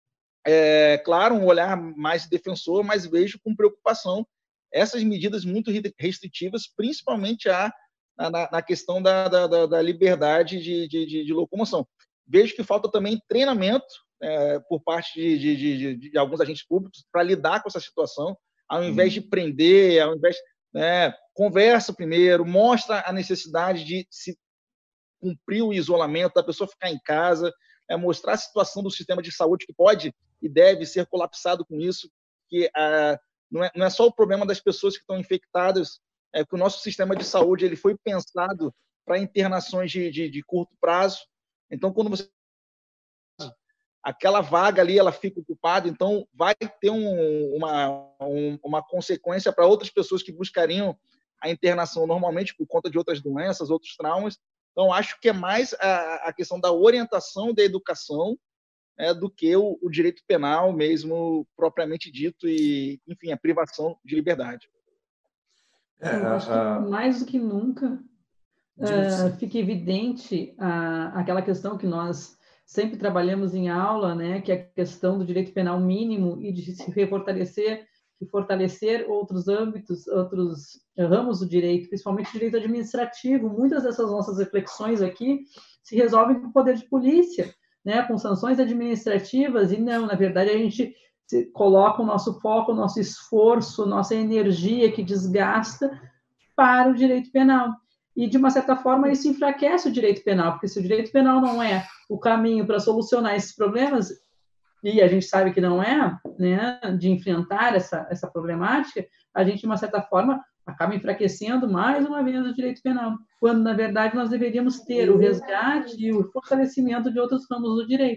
claro, um olhar mais defensor, mas vejo com preocupação essas medidas muito restritivas, principalmente na questão da liberdade de locomoção. Vejo que falta também treinamento por parte de alguns agentes públicos para lidar com essa situação, ao invés de prender, ao invés... conversa primeiro, mostra a necessidade de se cumprir o isolamento, da pessoa ficar em casa, mostrar a situação do sistema de saúde que pode e deve ser colapsado com isso, que não é só o problema das pessoas que estão infectadas, que o nosso sistema de saúde ele foi pensado para internações de curto prazo, Então, quando você aquela vaga ali ela fica ocupada, então vai ter uma consequência para outras pessoas que buscariam a internação normalmente por conta de outras doenças, outros traumas. Então, acho que é mais a questão da orientação da educação do que o direito penal mesmo, propriamente dito, e, enfim, a privação de liberdade. Eu acho que mais do que nunca fica evidente aquela questão que nós sempre trabalhamos em aula, né, que é a questão do direito penal mínimo e de se fortalecer e fortalecer outros âmbitos, outros ramos do direito, principalmente o direito administrativo. Muitas dessas nossas reflexões aqui se resolvem com o poder de polícia, né, com sanções administrativas, e não, na verdade, a gente coloca o nosso foco, o nosso esforço, nossa energia que desgasta para o direito penal. E, de uma certa forma, isso enfraquece o direito penal, porque se o direito penal não é o caminho para solucionar esses problemas, e a gente sabe que não é, né, de enfrentar essa problemática, a gente, de uma certa forma, acaba enfraquecendo mais uma vez o direito penal, quando, na verdade, nós deveríamos ter o resgate e o fortalecimento de outros ramos do direito.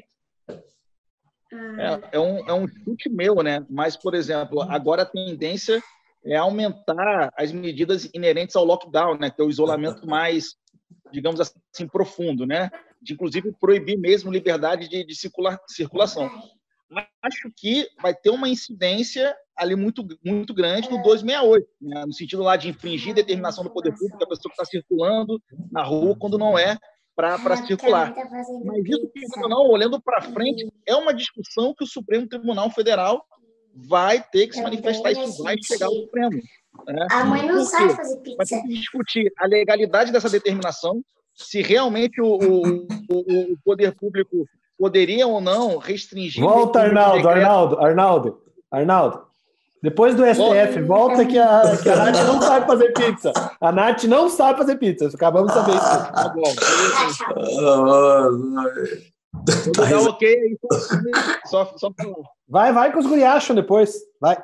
É um chute meu, né? Mas, por exemplo, agora a tendência é aumentar as medidas inerentes ao lockdown, né? Que é o isolamento mais, digamos assim, profundo, né? De, inclusive, proibir mesmo liberdade de circulação. Mas acho que vai ter uma incidência ali muito, muito grande do 268, né? No sentido lá de infringir determinação do poder público, a pessoa que está circulando na rua quando não é para circular. Mas isso, não, olhando para frente, é uma discussão que o Supremo Tribunal Federal vai ter que se manifestar, isso vai chegar ao Supremo. Né? A mãe não sabe fazer pizza. Vai ter que discutir a legalidade dessa determinação, se realmente o poder público poderia ou não restringir... Volta, Arnaldo. Depois do STF, volta que a Nath não sabe fazer pizza. A Nath não sabe fazer pizza. Acabamos de saber isso. Tá bom. Vou dar ok aí. Só Vai que os guri acham depois. Vai.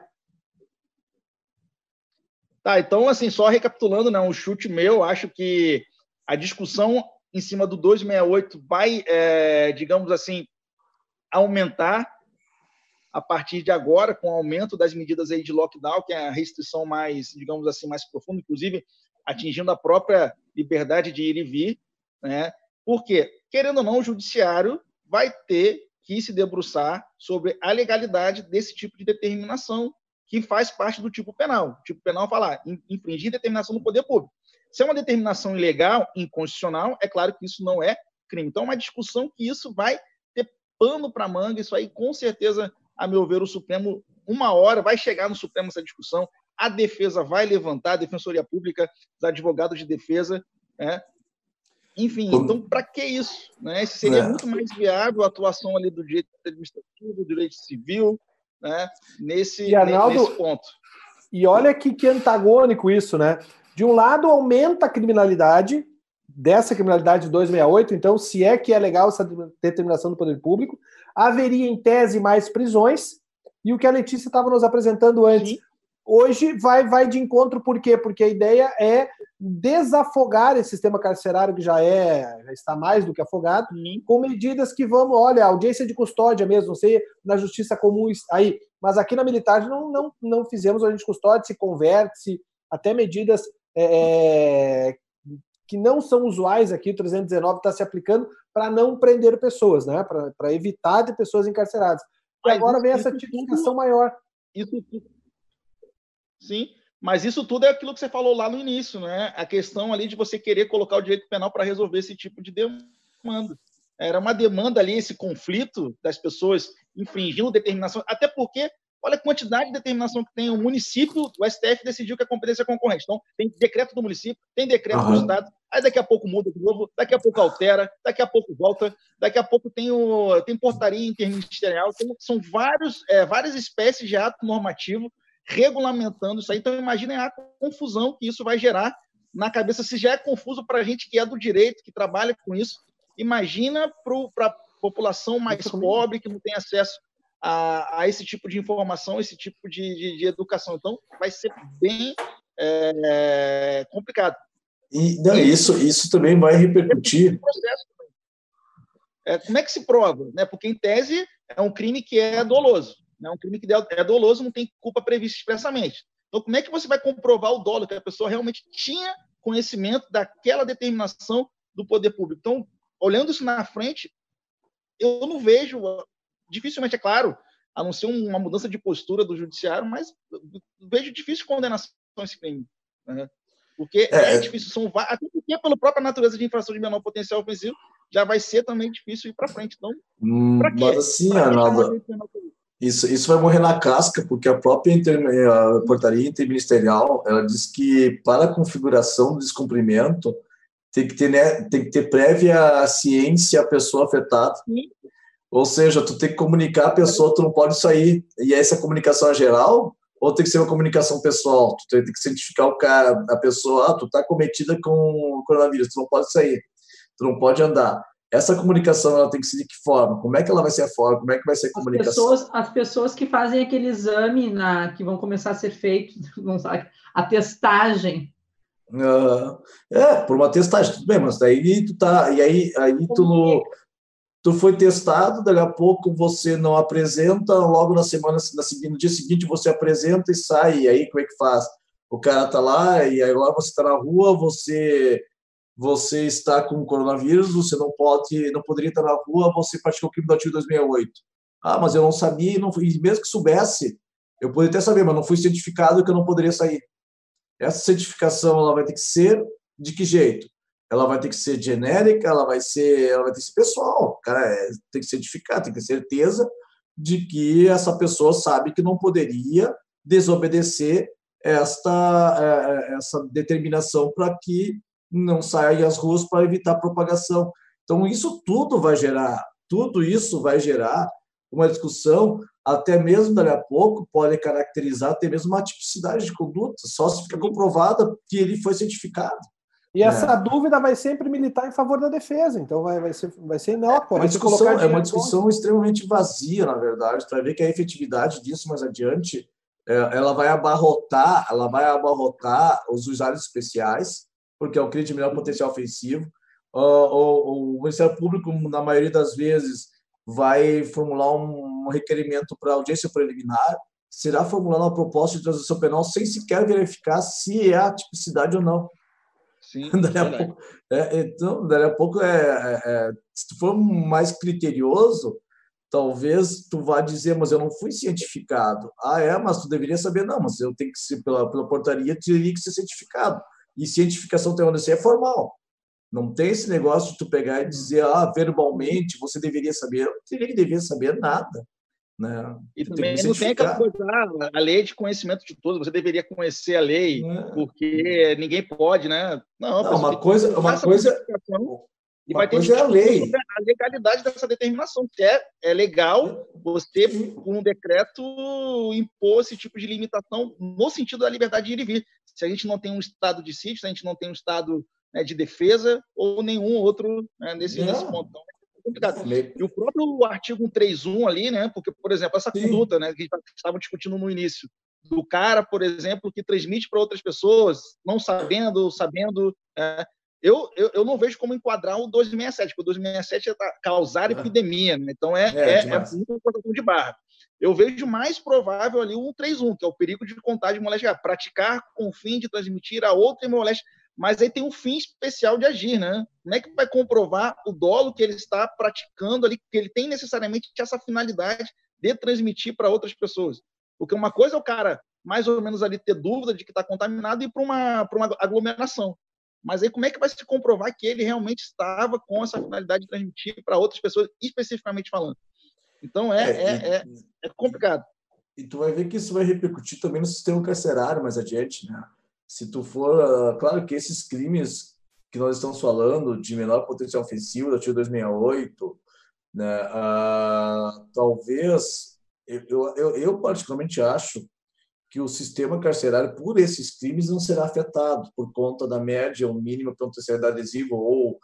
Tá, então, assim, só recapitulando, né, um chute meu, acho que a discussão em cima do 268 vai, digamos assim, aumentar a partir de agora, com o aumento das medidas aí de lockdown, que é a restrição mais, digamos assim, mais profunda, inclusive atingindo a própria liberdade de ir e vir, né? Porque, querendo ou não, o judiciário vai ter que se debruçar sobre a legalidade desse tipo de determinação, que faz parte do tipo penal. O tipo penal fala infringir determinação do poder público. Se é uma determinação ilegal, inconstitucional, é claro que isso não é crime. Então, é uma discussão que isso vai ter pano para manga, isso aí, com certeza, a meu ver, o Supremo, uma hora, vai chegar no Supremo essa discussão, a defesa vai levantar, a Defensoria Pública, os advogados de defesa, né? Enfim, então, para que isso? Né? Seria muito mais viável a atuação ali do direito administrativo, do direito civil, né? nesse ponto. E olha que antagônico isso, né? De um lado, aumenta a criminalidade, dessa criminalidade de 268, então, se é que é legal essa determinação do poder público, haveria, em tese, mais prisões, e o que a Letícia estava nos apresentando antes. Sim. Hoje vai de encontro, por quê? Porque a ideia é desafogar esse sistema carcerário, que já está mais do que afogado, com medidas que vamos, olha, audiência de custódia mesmo, não sei, na justiça comum aí, mas aqui na militar não fizemos audiência de custódia, se converte-se, até medidas que não são usuais aqui, o 319 está se aplicando para não prender pessoas, né? Para evitar de pessoas encarceradas. E agora vem essa tipificação maior. Sim, mas isso tudo é aquilo que você falou lá no início, né? A questão ali de você querer colocar o direito penal para resolver esse tipo de demanda. Era uma demanda ali, esse conflito das pessoas infringindo determinação, até porque olha a quantidade de determinação que tem o município, o STF decidiu que a competência é concorrente. Então, tem decreto do município, tem decreto do Estado, aí daqui a pouco muda de novo, daqui a pouco altera, daqui a pouco volta, daqui a pouco tem portaria interministerial, são várias espécies de ato normativo regulamentando isso aí. Então, imaginem a confusão que isso vai gerar na cabeça. Se já é confuso para a gente que é do direito, que trabalha com isso, imagina para a população mais pobre, que não tem acesso a esse tipo de informação, esse tipo de educação. Então, vai ser bem complicado. E isso também vai repercutir. como é que se prova? Né? Porque, em tese, é um crime que é doloso. Né? Um crime que é doloso, não tem culpa prevista expressamente. Então, como é que você vai comprovar o dolo, que a pessoa realmente tinha conhecimento daquela determinação do poder público? Então, olhando isso na frente, eu não vejo, dificilmente, é claro, a não ser uma mudança de postura do judiciário, mas vejo difícil condenação a esse crime. Né? Porque é difícil, até porque pela própria natureza de infração de menor potencial ofensivo, já vai ser também difícil ir para frente. Então, para quê? Mas assim, Arnaldo, isso vai morrer na casca, porque a própria a portaria interministerial, ela diz que para a configuração do descumprimento tem que ter, né, tem que ter prévia ciência a pessoa afetada. Sim. Ou seja, tu tem que comunicar a pessoa, tu não pode sair. E essa comunicação é geral ou tem que ser uma comunicação pessoal? Tu tem que cientificar o cara, a pessoa, tu tá cometida com coronavírus, tu não pode sair, tu não pode andar. Essa comunicação, ela tem que ser de que forma? Como é que ela vai ser a forma? Como é que vai ser a comunicação? As pessoas que fazem aquele exame, que vão começar a ser feito, a testagem. Por uma testagem, tudo bem, mas daí tu tá, e aí tu foi testado, daqui a pouco você não apresenta, logo no dia seguinte você apresenta e sai, e aí como é que faz? O cara tá lá, e agora você tá na rua, você está com coronavírus, você não poderia estar na rua, você praticou o crime do artigo 268. Ah, mas eu não sabia, e mesmo que soubesse, eu poderia até saber, mas não fui certificado que eu não poderia sair. Essa certificação, ela vai ter que ser de que jeito? Ela vai ter que ser genérica, ela vai ter que ser pessoal. Cara, tem que certificar, tem que ter certeza de que essa pessoa sabe que não poderia desobedecer essa determinação para que não saia às ruas para evitar a propagação. Então, tudo isso vai gerar uma discussão, até mesmo daqui a pouco pode caracterizar até mesmo uma tipicidade de conduta, só se fica comprovada que ele foi certificado. E essa dúvida vai sempre militar em favor da defesa, então vai ser inócua. É uma discussão extremamente vazia, na verdade. Tu vai ver que a efetividade disso mais adiante, ela vai abarrotar os usuários especiais, porque é um crime de menor potencial ofensivo. O Ministério Público, na maioria das vezes, vai formular um requerimento para audiência preliminar, será formulada uma proposta de transação penal sem sequer verificar se é a tipicidade ou não. Sim, daí a pouco, se tu for mais criterioso, talvez tu vá dizer, mas eu não fui cientificado. Mas tu deveria saber, não, mas eu tenho que ser, pela portaria, teria que ser cientificado. E cientificação tem onde ser formal. Não tem esse negócio de tu pegar e dizer, verbalmente, você deveria saber. Eu não teria que dever saber nada. Né? E também não tem aquela coisa, a lei é de conhecimento de todos, você deveria conhecer a lei, porque ninguém pode, né? Não, uma coisa e vai ter é a lei. Sobre a legalidade dessa determinação, que é legal você, por um decreto, impor esse tipo de limitação no sentido da liberdade de ir e vir. Se a gente não tem um estado de sítio, se a gente não tem um estado, né, de defesa ou nenhum outro, né, nesse ponto. Então, é complicado. E o próprio artigo 131 ali, né, porque, por exemplo, essa conduta, né, que estavam discutindo no início, do cara, por exemplo, que transmite para outras pessoas, não sabendo, eu não vejo como enquadrar o 267, porque o 267 é causar epidemia, né? Então é muita colocação de barra. Eu vejo mais provável ali o 131, que é o perigo de contágio e moléstia, praticar com o fim de transmitir a outra moléstia, mas aí tem um fim especial de agir, né? Como é que vai comprovar o dolo que ele está praticando ali, que ele tem necessariamente essa finalidade de transmitir para outras pessoas? Porque uma coisa é o cara mais ou menos ali ter dúvida de que está contaminado e ir para uma aglomeração. Mas aí como é que vai se comprovar que ele realmente estava com essa finalidade de transmitir para outras pessoas, especificamente falando? Então, é complicado. E tu vai ver que isso vai repercutir também no sistema carcerário mais adiante, né? Se tu for... Claro que esses crimes que nós estamos falando, de menor potencial ofensivo, do artigo 268, né? Talvez... Eu particularmente acho que o sistema carcerário, por esses crimes, não será afetado por conta da média ou mínima potencialidade adesiva ou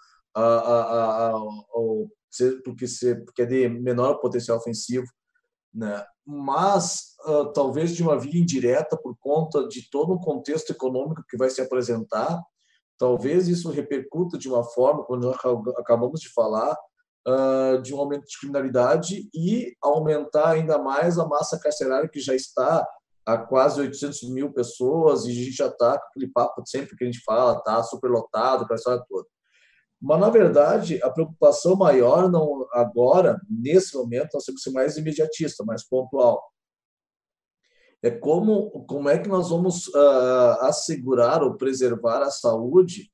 porque é de menor potencial ofensivo, né? Mas talvez de uma via indireta, por conta de todo o contexto econômico que vai se apresentar, talvez isso repercuta de uma forma, quando nós acabamos de falar, de um aumento de criminalidade e aumentar ainda mais a massa carcerária, que já está a quase 800 mil pessoas, e a gente já está com aquele papo sempre que a gente fala, está superlotado, aquela história toda. Mas, na verdade, a preocupação maior, não agora, nesse momento, nós temos que ser mais imediatista, mais pontual. É como é que nós vamos assegurar ou preservar a saúde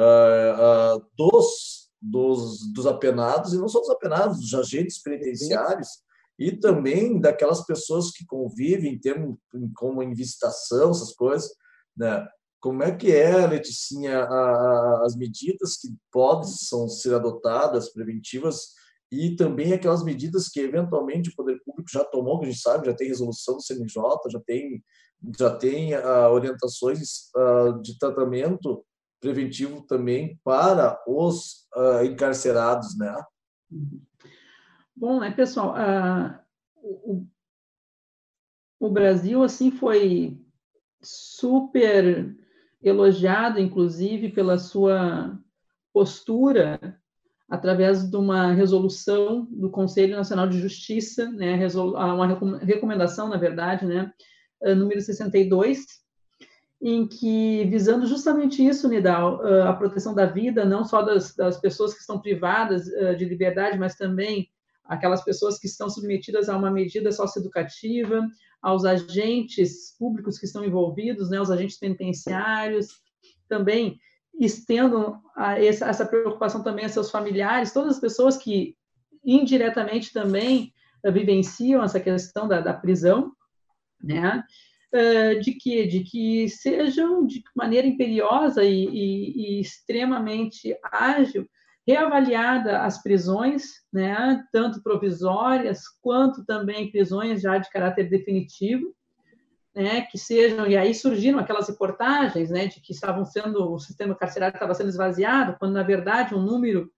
dos apenados, e não só dos apenados, dos agentes penitenciários, e também daquelas pessoas que convivem, como em visitação, essas coisas, né? Como é que Leticinha, as medidas que possam ser adotadas, preventivas, e também aquelas medidas que, eventualmente, o poder público já tomou, que a gente sabe, já tem resolução do CNJ, já tem orientações de tratamento preventivo também para os encarcerados, né? Bom, né, pessoal, o Brasil, assim, foi super elogiado, inclusive, pela sua postura através de uma resolução do Conselho Nacional de Justiça, né, uma recomendação, na verdade, né, número 62, em que, visando justamente isso, Nidal, a proteção da vida, não só das pessoas que estão privadas de liberdade, mas também aquelas pessoas que estão submetidas a uma medida socioeducativa, aos agentes públicos que estão envolvidos, né, os agentes penitenciários, também estendam essa preocupação também a seus familiares, todas as pessoas que indiretamente também vivenciam essa questão da prisão, né? De que sejam de maneira imperiosa e extremamente ágil reavaliada as prisões, né, tanto provisórias quanto também prisões já de caráter definitivo, né, que sejam, e aí surgiram aquelas reportagens, né, de que o sistema carcerário estava sendo esvaziado, quando na verdade um número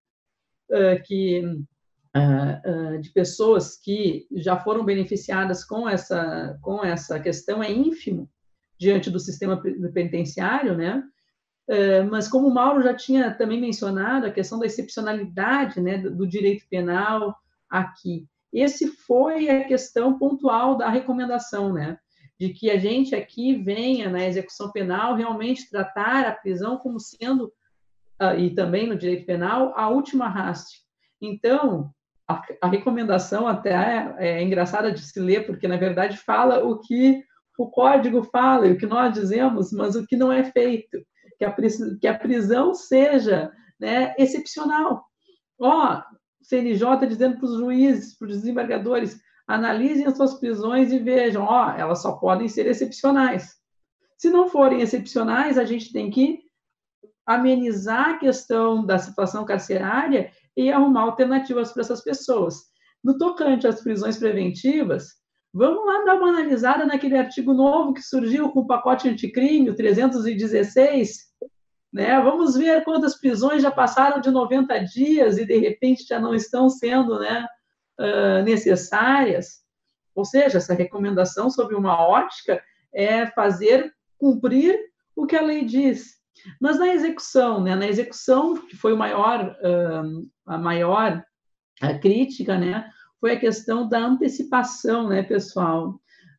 de pessoas que já foram beneficiadas com essa questão é ínfimo diante do sistema penitenciário, né? Mas como o Mauro já tinha também mencionado, a questão da excepcionalidade, né, do direito penal aqui. Esse foi a questão pontual da recomendação, né? De que a gente aqui venha, na execução penal, realmente tratar a prisão como sendo, e também no direito penal, a última ratio. Então, a recomendação até é engraçada de se ler, porque, na verdade, fala o que o código fala e o que nós dizemos, mas o que não é feito, que a prisão seja, né, excepcional. CNJ dizendo para os juízes, para os desembargadores, analisem as suas prisões e vejam, elas só podem ser excepcionais. Se não forem excepcionais, a gente tem que amenizar a questão da situação carcerária e arrumar alternativas para essas pessoas. No tocante às prisões preventivas, vamos lá dar uma analisada naquele artigo novo que surgiu com o pacote anticrime, o 316, né? Vamos ver quantas prisões já passaram de 90 dias e, de repente, já não estão sendo, né, necessárias. Ou seja, essa recomendação sob uma ótica é fazer cumprir o que a lei diz. Mas na execução, né? Na execução, que foi a maior crítica, né? Foi a questão da antecipação, né, pessoal,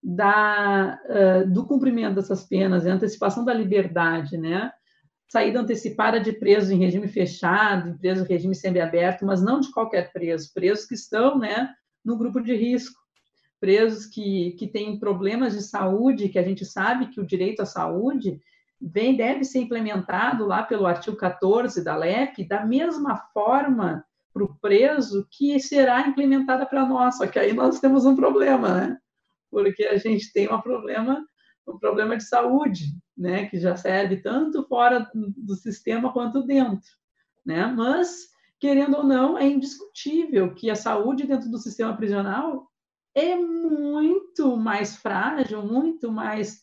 do cumprimento dessas penas, a antecipação da liberdade, né? Saída antecipada de presos em regime fechado, em presos em regime semiaberto, mas não de qualquer presos que estão, né, no grupo de risco, presos que têm problemas de saúde, que a gente sabe que o direito à saúde deve ser implementado lá pelo artigo 14 da LEP, da mesma forma para o preso que será implementada para nós, só que aí nós temos um problema, né? Porque a gente tem um problema de saúde, né? Que já serve tanto fora do sistema quanto dentro, né? Mas, querendo ou não, é indiscutível que a saúde dentro do sistema prisional é muito mais frágil, muito mais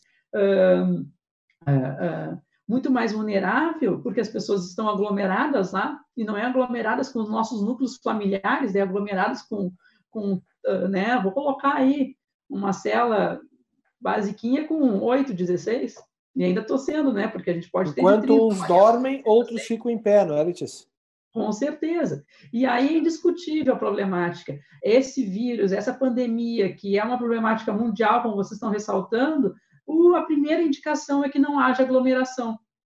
vulnerável, porque as pessoas estão aglomeradas lá, e não é aglomeradas com os nossos núcleos familiares, é aglomeradas com né, vou colocar aí uma cela basiquinha com 8, 16, e ainda estou sendo, né, porque a gente pode ter... Enquanto uns dormem, outros ficam em pé, não é, Letícia? Com certeza. E aí é indiscutível a problemática. Esse vírus, essa pandemia, que é uma problemática mundial, como vocês estão ressaltando, a primeira indicação é que não haja aglomeração.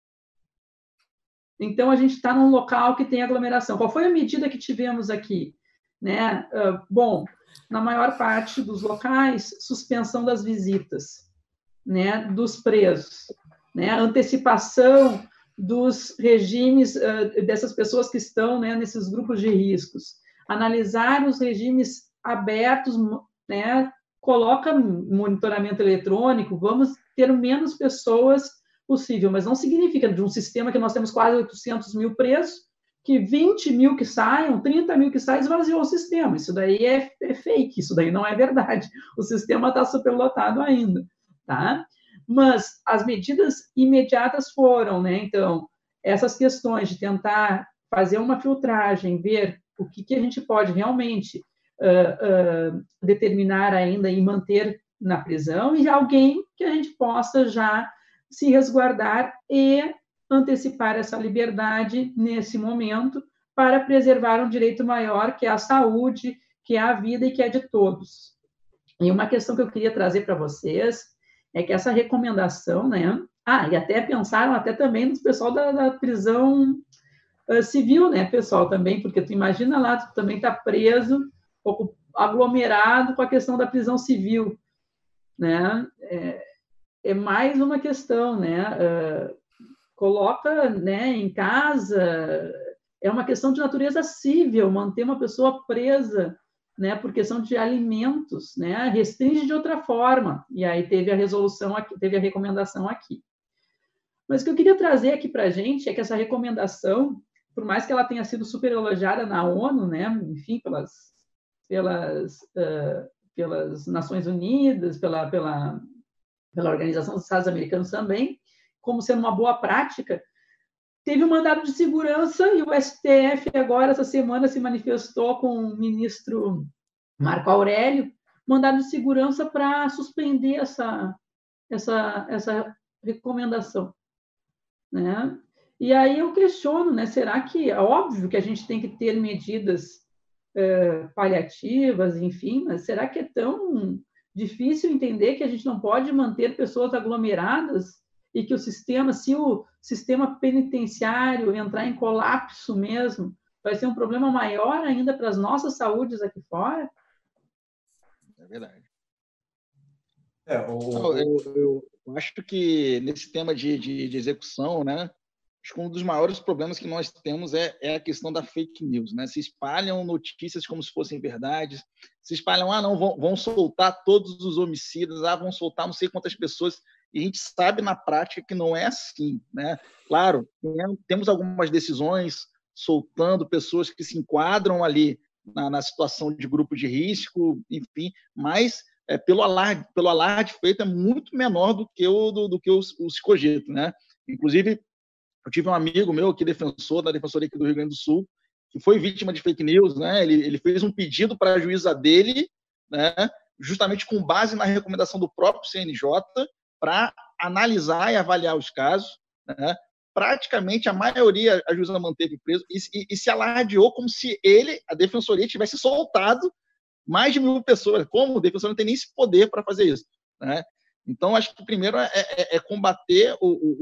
Então, a gente está num local que tem aglomeração. Qual foi a medida que tivemos aqui? Né? Bom, na maior parte dos locais, suspensão das visitas, né, dos presos, né, antecipação dos regimes dessas pessoas que estão, né, nesses grupos de riscos, analisar os regimes abertos, né, coloca monitoramento eletrônico, vamos ter menos pessoas possível, mas não significa de um sistema que nós temos quase 800 mil presos, que 20 mil que saiam, 30 mil que saiam, esvaziou o sistema. Isso daí é fake, isso daí não é verdade. O sistema está superlotado ainda, tá? Mas as medidas imediatas foram, né? Então, essas questões de tentar fazer uma filtragem, ver o que a gente pode realmente determinar ainda e manter na prisão, e alguém que a gente possa já se resguardar e antecipar essa liberdade nesse momento para preservar um direito maior, que é a saúde, que é a vida e que é de todos. E uma questão que eu queria trazer para vocês é que essa recomendação, né? E até pensaram até também no pessoal da prisão civil, né, pessoal, também, porque tu imagina lá, tu também está preso, um pouco aglomerado com a questão da prisão civil, né? É mais uma questão, né? Coloca, né, em casa, é uma questão de natureza civil, manter uma pessoa presa, né, por questão de alimentos, né, restringe de outra forma, e aí teve a resolução aqui, teve a recomendação aqui. Mas o que eu queria trazer aqui para a gente é que essa recomendação, por mais que ela tenha sido super elogiada na ONU, né, enfim, pelas Nações Unidas, pela Organização dos Estados Americanos também, como sendo uma boa prática, teve um mandado de segurança e o STF agora, essa semana, se manifestou com o ministro Marco Aurélio, mandado de segurança para suspender essa recomendação, né? E aí eu questiono, né? Será que é óbvio que a gente tem que ter medidas paliativas, enfim, mas será que é tão difícil entender que a gente não pode manter pessoas aglomeradas e que se o sistema penitenciário entrar em colapso mesmo, vai ser um problema maior ainda para as nossas saúdes aqui fora? É verdade. Eu Eu acho que nesse tema de execução, né, acho que um dos maiores problemas que nós temos é a questão da fake news, né? Se espalham notícias como se fossem verdades, se espalham, não, vão soltar todos os homicidas, vão soltar não sei quantas pessoas, e a gente sabe na prática que não é assim, né? Claro, temos algumas decisões soltando pessoas que se enquadram ali na situação de grupo de risco, enfim, mas pelo alarde feito é muito menor do que o se cogita, né? Inclusive, eu tive um amigo meu aqui, defensor da Defensoria aqui do Rio Grande do Sul, que foi vítima de fake news, né? Ele fez um pedido para a juíza dele, né? Justamente com base na recomendação do próprio CNJ, para analisar e avaliar os casos, né? Praticamente a maioria a juíza manteve preso e se alardeou como se a Defensoria, tivesse soltado mais de 1.000 pessoas. Como? A Defensoria não tem nem esse poder para fazer isso, né? Então, acho que o primeiro é combater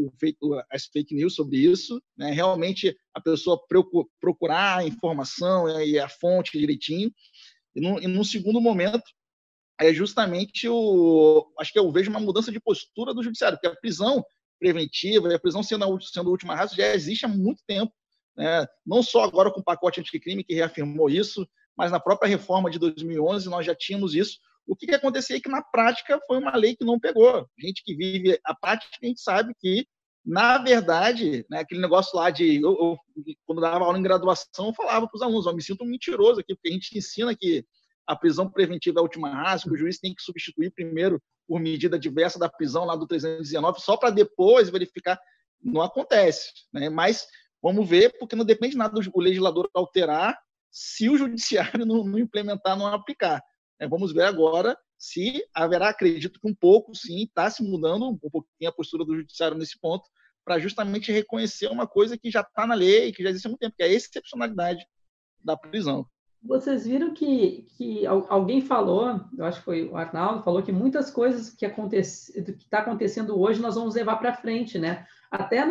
as fake news sobre isso, né? Realmente a pessoa procurar a informação e a fonte direitinho. E num segundo momento, é justamente acho que eu vejo uma mudança de postura do judiciário, porque a prisão preventiva e a prisão sendo a última raça já existe há muito tempo, né? Não só agora com o pacote anticrime que reafirmou isso, mas na própria reforma de 2011 nós já tínhamos isso. O que acontecia é que, na prática, foi uma lei que não pegou. Gente que vive a prática, a gente sabe que, na verdade, né, aquele negócio lá quando dava aula em graduação, eu falava para os alunos, me sinto mentiroso aqui, porque a gente ensina que a prisão preventiva é a última raça, que o juiz tem que substituir primeiro por medida diversa da prisão lá do 319, só para depois verificar. Não acontece, né? Mas vamos ver, porque não depende nada do legislador alterar se o judiciário não implementar, não aplicar. Vamos ver agora se haverá, acredito que um pouco, sim, está se mudando um pouquinho a postura do judiciário nesse ponto, para justamente reconhecer uma coisa que já está na lei, que já existe há muito tempo, que é a excepcionalidade da prisão. Vocês viram que alguém falou, eu acho que foi o Arnaldo, falou que muitas coisas que está acontecendo hoje nós vamos levar para frente, né? Até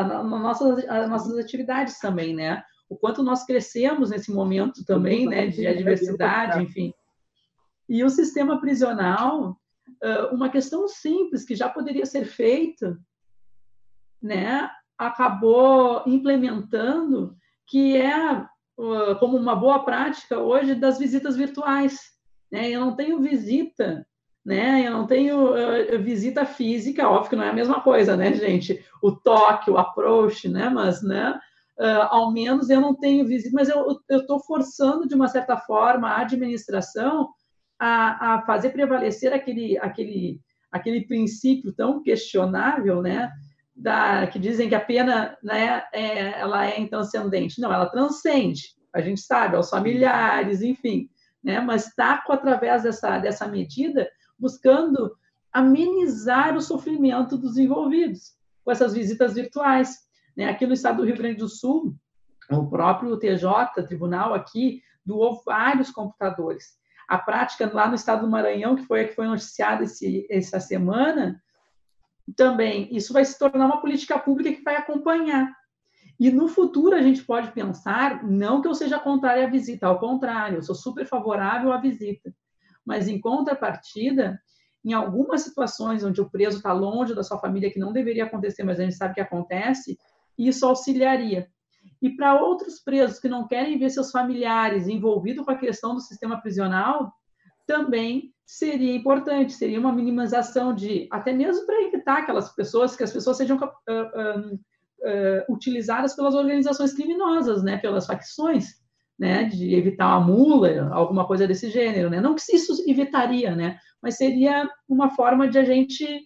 nossas atividades também, né? O quanto nós crescemos nesse momento também, né? De adversidade, enfim. E o sistema prisional, uma questão simples que já poderia ser feita, né? Acabou implementando, que é como uma boa prática hoje das visitas virtuais, né? Eu não tenho visita, né? Eu não tenho visita física, óbvio que não é a mesma coisa, né, gente? O toque, o approach, né? Mas, né? Ao menos eu não tenho visita, mas eu estou forçando de uma certa forma a administração a fazer prevalecer aquele princípio tão questionável, né? Que dizem que a pena, né, ela é intranscendente. Não, ela transcende, a gente sabe, aos familiares, enfim, né, mas está, através dessa medida, buscando amenizar o sofrimento dos envolvidos, com essas visitas virtuais. Né? Aqui no estado do Rio Grande do Sul, o próprio TJ, tribunal aqui, doou vários computadores. A prática lá no estado do Maranhão, que foi a que foi noticiada essa semana, também, isso vai se tornar uma política pública que vai acompanhar. E no futuro a gente pode pensar, não que eu seja contrária à visita, ao contrário, eu sou super favorável à visita, mas em contrapartida, em algumas situações onde o preso está longe da sua família, que não deveria acontecer, mas a gente sabe que acontece, isso auxiliaria. E para outros presos que não querem ver seus familiares envolvidos com a questão do sistema prisional, também seria importante, seria uma minimização até mesmo para evitar que as pessoas sejam utilizadas pelas organizações criminosas, né, pelas facções, né, de evitar uma mula, alguma coisa desse gênero, né, não que isso evitaria, né, mas seria uma forma de a gente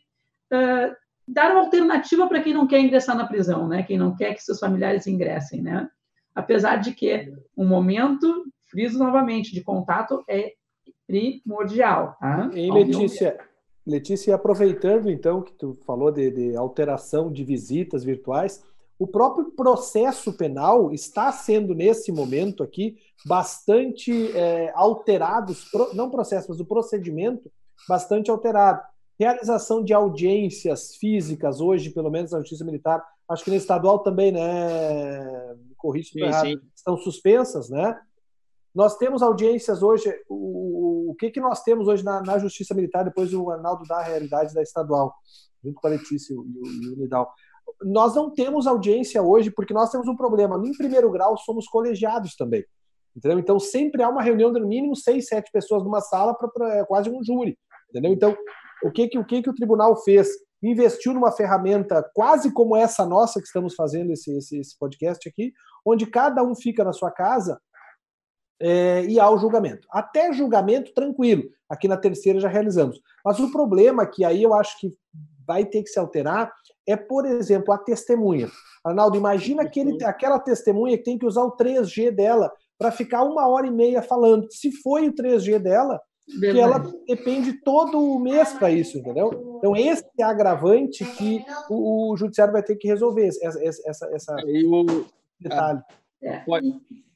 dar uma alternativa para quem não quer ingressar na prisão, né, quem não quer que seus familiares ingressem, né, apesar de que um momento, friso novamente, de contato é primordial. Tá? E Letícia, aproveitando então que tu falou de alteração de visitas virtuais, o próprio processo penal está sendo, nesse momento aqui, bastante alterado, não processo, mas o procedimento bastante alterado. Realização de audiências físicas, hoje, pelo menos na Justiça Militar, acho que no estadual também, né? Me corrija se estou errado, estão suspensas, né? Nós temos audiências hoje, o que nós temos hoje na Justiça Militar, depois o Arnaldo dá a realidade da estadual, junto com a Letícia e o Nidal. Nós não temos audiência hoje porque nós temos um problema. No primeiro grau, somos colegiados também. Entendeu? Então, sempre há uma reunião de no mínimo 6, 7 pessoas numa sala para quase um júri. Entendeu? Então, o que o tribunal fez? Investiu numa ferramenta quase como essa nossa que estamos fazendo esse podcast aqui, onde cada um fica na sua casa e há o julgamento. Até julgamento, tranquilo. Aqui na terceira já realizamos. Mas o problema que aí eu acho que vai ter que se alterar é, por exemplo, a testemunha. Arnaldo, imagina aquela testemunha que tem que usar o 3G dela para ficar 1h30 falando. Se foi o 3G dela, que ela depende todo o mês para isso, entendeu? Então, esse é agravante que o judiciário vai ter que resolver, esse detalhe. Pode.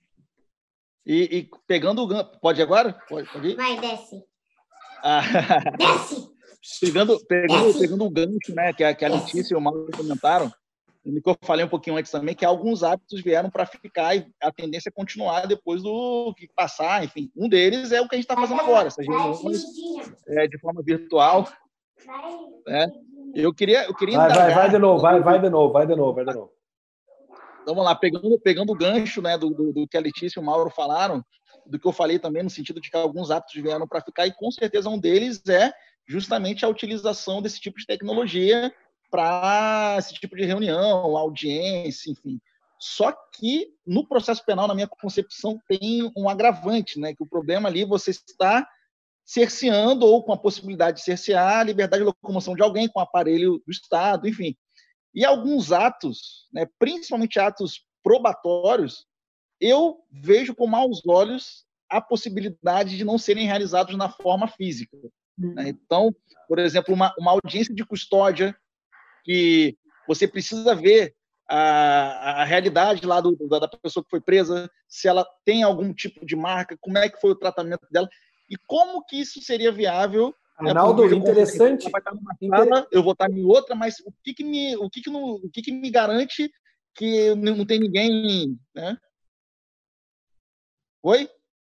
E pegando o gancho... Pode agora? Pode ir? Vai, desce. Desce! Pegando o gancho, né, que a Letícia e o Mauro comentaram, que eu falei um pouquinho antes também, que alguns hábitos vieram para ficar e a tendência é continuar depois do que passar, enfim. Um deles é o que a gente está fazendo agora, essas reuniões de forma virtual. Né? Eu queria vai de novo. Vamos lá, pegando o gancho, né, do que a Letícia e o Mauro falaram, do que eu falei também, no sentido de que alguns hábitos vieram para ficar, e com certeza um deles é justamente a utilização desse tipo de tecnologia para esse tipo de reunião, audiência, enfim. Só que no processo penal, na minha concepção, tem um agravante, né, que o problema ali você está cerceando ou com a possibilidade de cercear a liberdade de locomoção de alguém com o aparelho do Estado, enfim. E alguns atos, né, principalmente atos probatórios, eu vejo com maus olhos a possibilidade de não serem realizados na forma física. Né? Então, por exemplo, uma audiência de custódia que você precisa ver a realidade lá da pessoa que foi presa, se ela tem algum tipo de marca, como é que foi o tratamento dela, e como que isso seria viável. Arnaldo, interessante. Vai estar numa sala, eu vou estar em outra, mas o que me garante que não tem ninguém, né? Oi?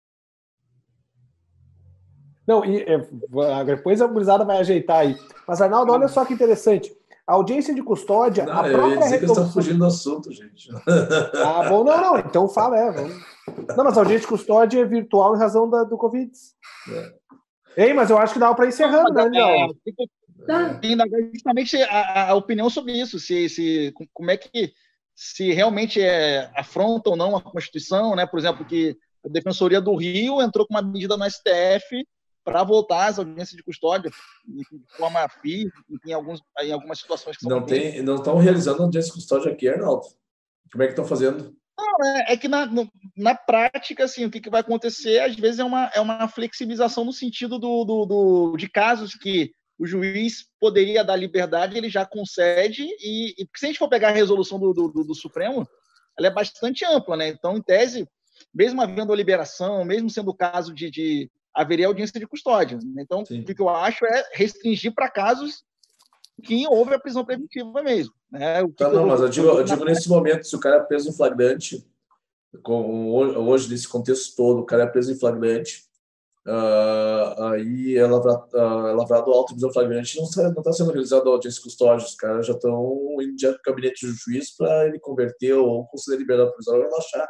Não, depois a gurizada vai ajeitar aí. Mas, Arnaldo, olha só que interessante. A audiência de custódia... Não, eu ia dizer que eles estão fugindo do assunto, gente. Ah, bom, não. Então fala, vamos. Não, mas a audiência de custódia é virtual em razão do Covid. Ei, mas eu acho que dava para ir encerrando, né, Arnaldo? Justamente a opinião sobre isso, como é que, se realmente afronta ou não a Constituição, né? Por exemplo, que a Defensoria do Rio entrou com uma medida no STF para voltar às audiências de custódia de forma física, em algumas situações que são... Não estão realizando audiência de custódia aqui, Arnaldo. Como é que estão fazendo? Não, é que na prática, assim, o que vai acontecer, às vezes, é uma flexibilização no sentido de casos que o juiz poderia dar liberdade, ele já concede, porque se a gente for pegar a resolução do Supremo, ela é bastante ampla, né? Então, em tese, mesmo havendo a liberação, mesmo sendo o caso haveria audiência de custódia. Então, sim, o que eu acho é restringir para casos que houve a prisão preventiva mesmo. Né? Mas eu digo nesse momento, se o cara é preso em flagrante, hoje, nesse contexto todo, o cara é preso em flagrante, aí é lavrado auto de prisão flagrante, não está sendo realizado a audiência de custódia, os caras já estão indo direto para o gabinete do juiz para ele converter ou conceder liberdade provisória ou relaxar.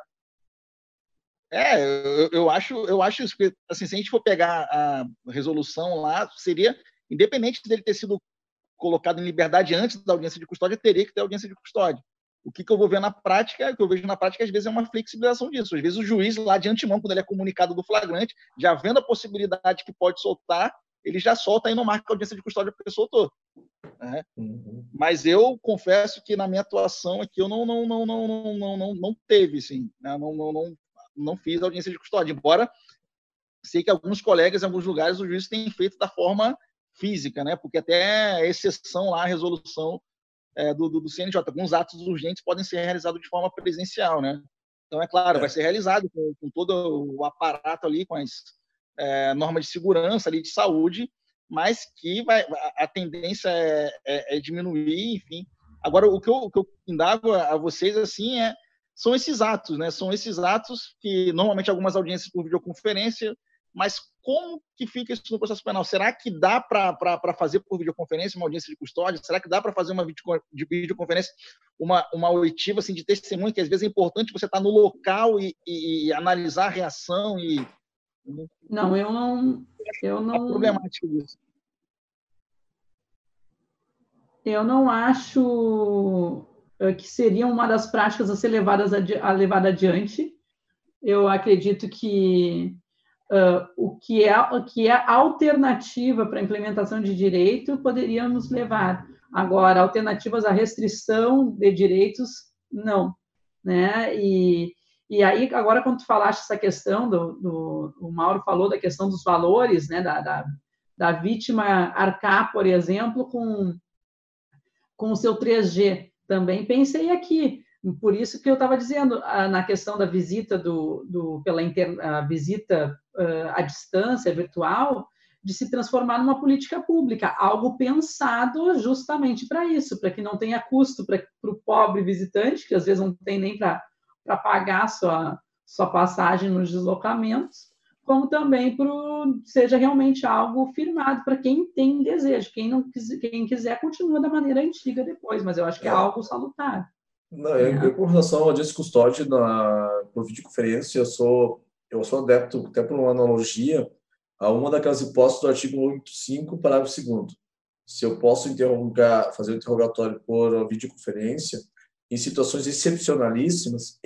Eu acho isso, porque assim, se a gente for pegar a resolução lá, seria, independente dele ter sido colocado em liberdade antes da audiência de custódia, teria que ter audiência de custódia. O que eu vou ver na prática, às vezes, é uma flexibilização disso. Às vezes o juiz, lá de antemão, quando ele é comunicado do flagrante, já vendo a possibilidade que pode soltar, ele já solta e não marca a audiência de custódia porque soltou. Né? Uhum. Mas eu confesso que na minha atuação aqui eu não teve, sim. Né? Não fiz audiência de custódia, embora sei que alguns colegas, em alguns lugares, o juiz tem feito da forma física, né? Porque até a exceção lá, a resolução do CNJ, alguns atos urgentes podem ser realizados de forma presencial, né? Então, é claro, vai ser realizado com todo o aparato ali, com as normas de segurança ali, de saúde, mas que a tendência é diminuir, enfim. Agora, o que eu indago a vocês, assim, são esses atos, né? São esses atos que, normalmente, algumas audiências por videoconferência, mas como que fica isso no processo penal? Será que dá para fazer por videoconferência uma audiência de custódia? Será que dá para fazer uma videoconferência, uma oitiva assim, de testemunho, que às vezes é importante você estar no local e analisar a reação? Não, eu não... A problemática disso. Eu não acho que seria uma das práticas a ser levada adiante. Eu acredito que o que é alternativa para a implementação de direito poderíamos levar. Agora, alternativas à restrição de direitos, não. Né? E aí, agora, quando tu falaste essa questão, o Mauro falou da questão dos valores, né? da vítima arcar, por exemplo, com o seu 3G. Também pensei aqui. Por isso que eu estava dizendo, na questão da visita a visita à distância virtual, de se transformar numa política pública, algo pensado justamente para isso, para que não tenha custo para o pobre visitante, que às vezes não tem nem para pagar sua passagem nos deslocamentos, como também seja realmente algo firmado para quem tem desejo. Quem quiser continua da maneira antiga depois, mas eu acho que é algo salutar. Não, eu, com relação ao audiência de custódia por videoconferência, eu sou adepto, até por uma analogia, a uma daquelas hipóteses do artigo 85, parágrafo 2º. Se eu posso fazer um interrogatório por videoconferência, em situações excepcionalíssimas,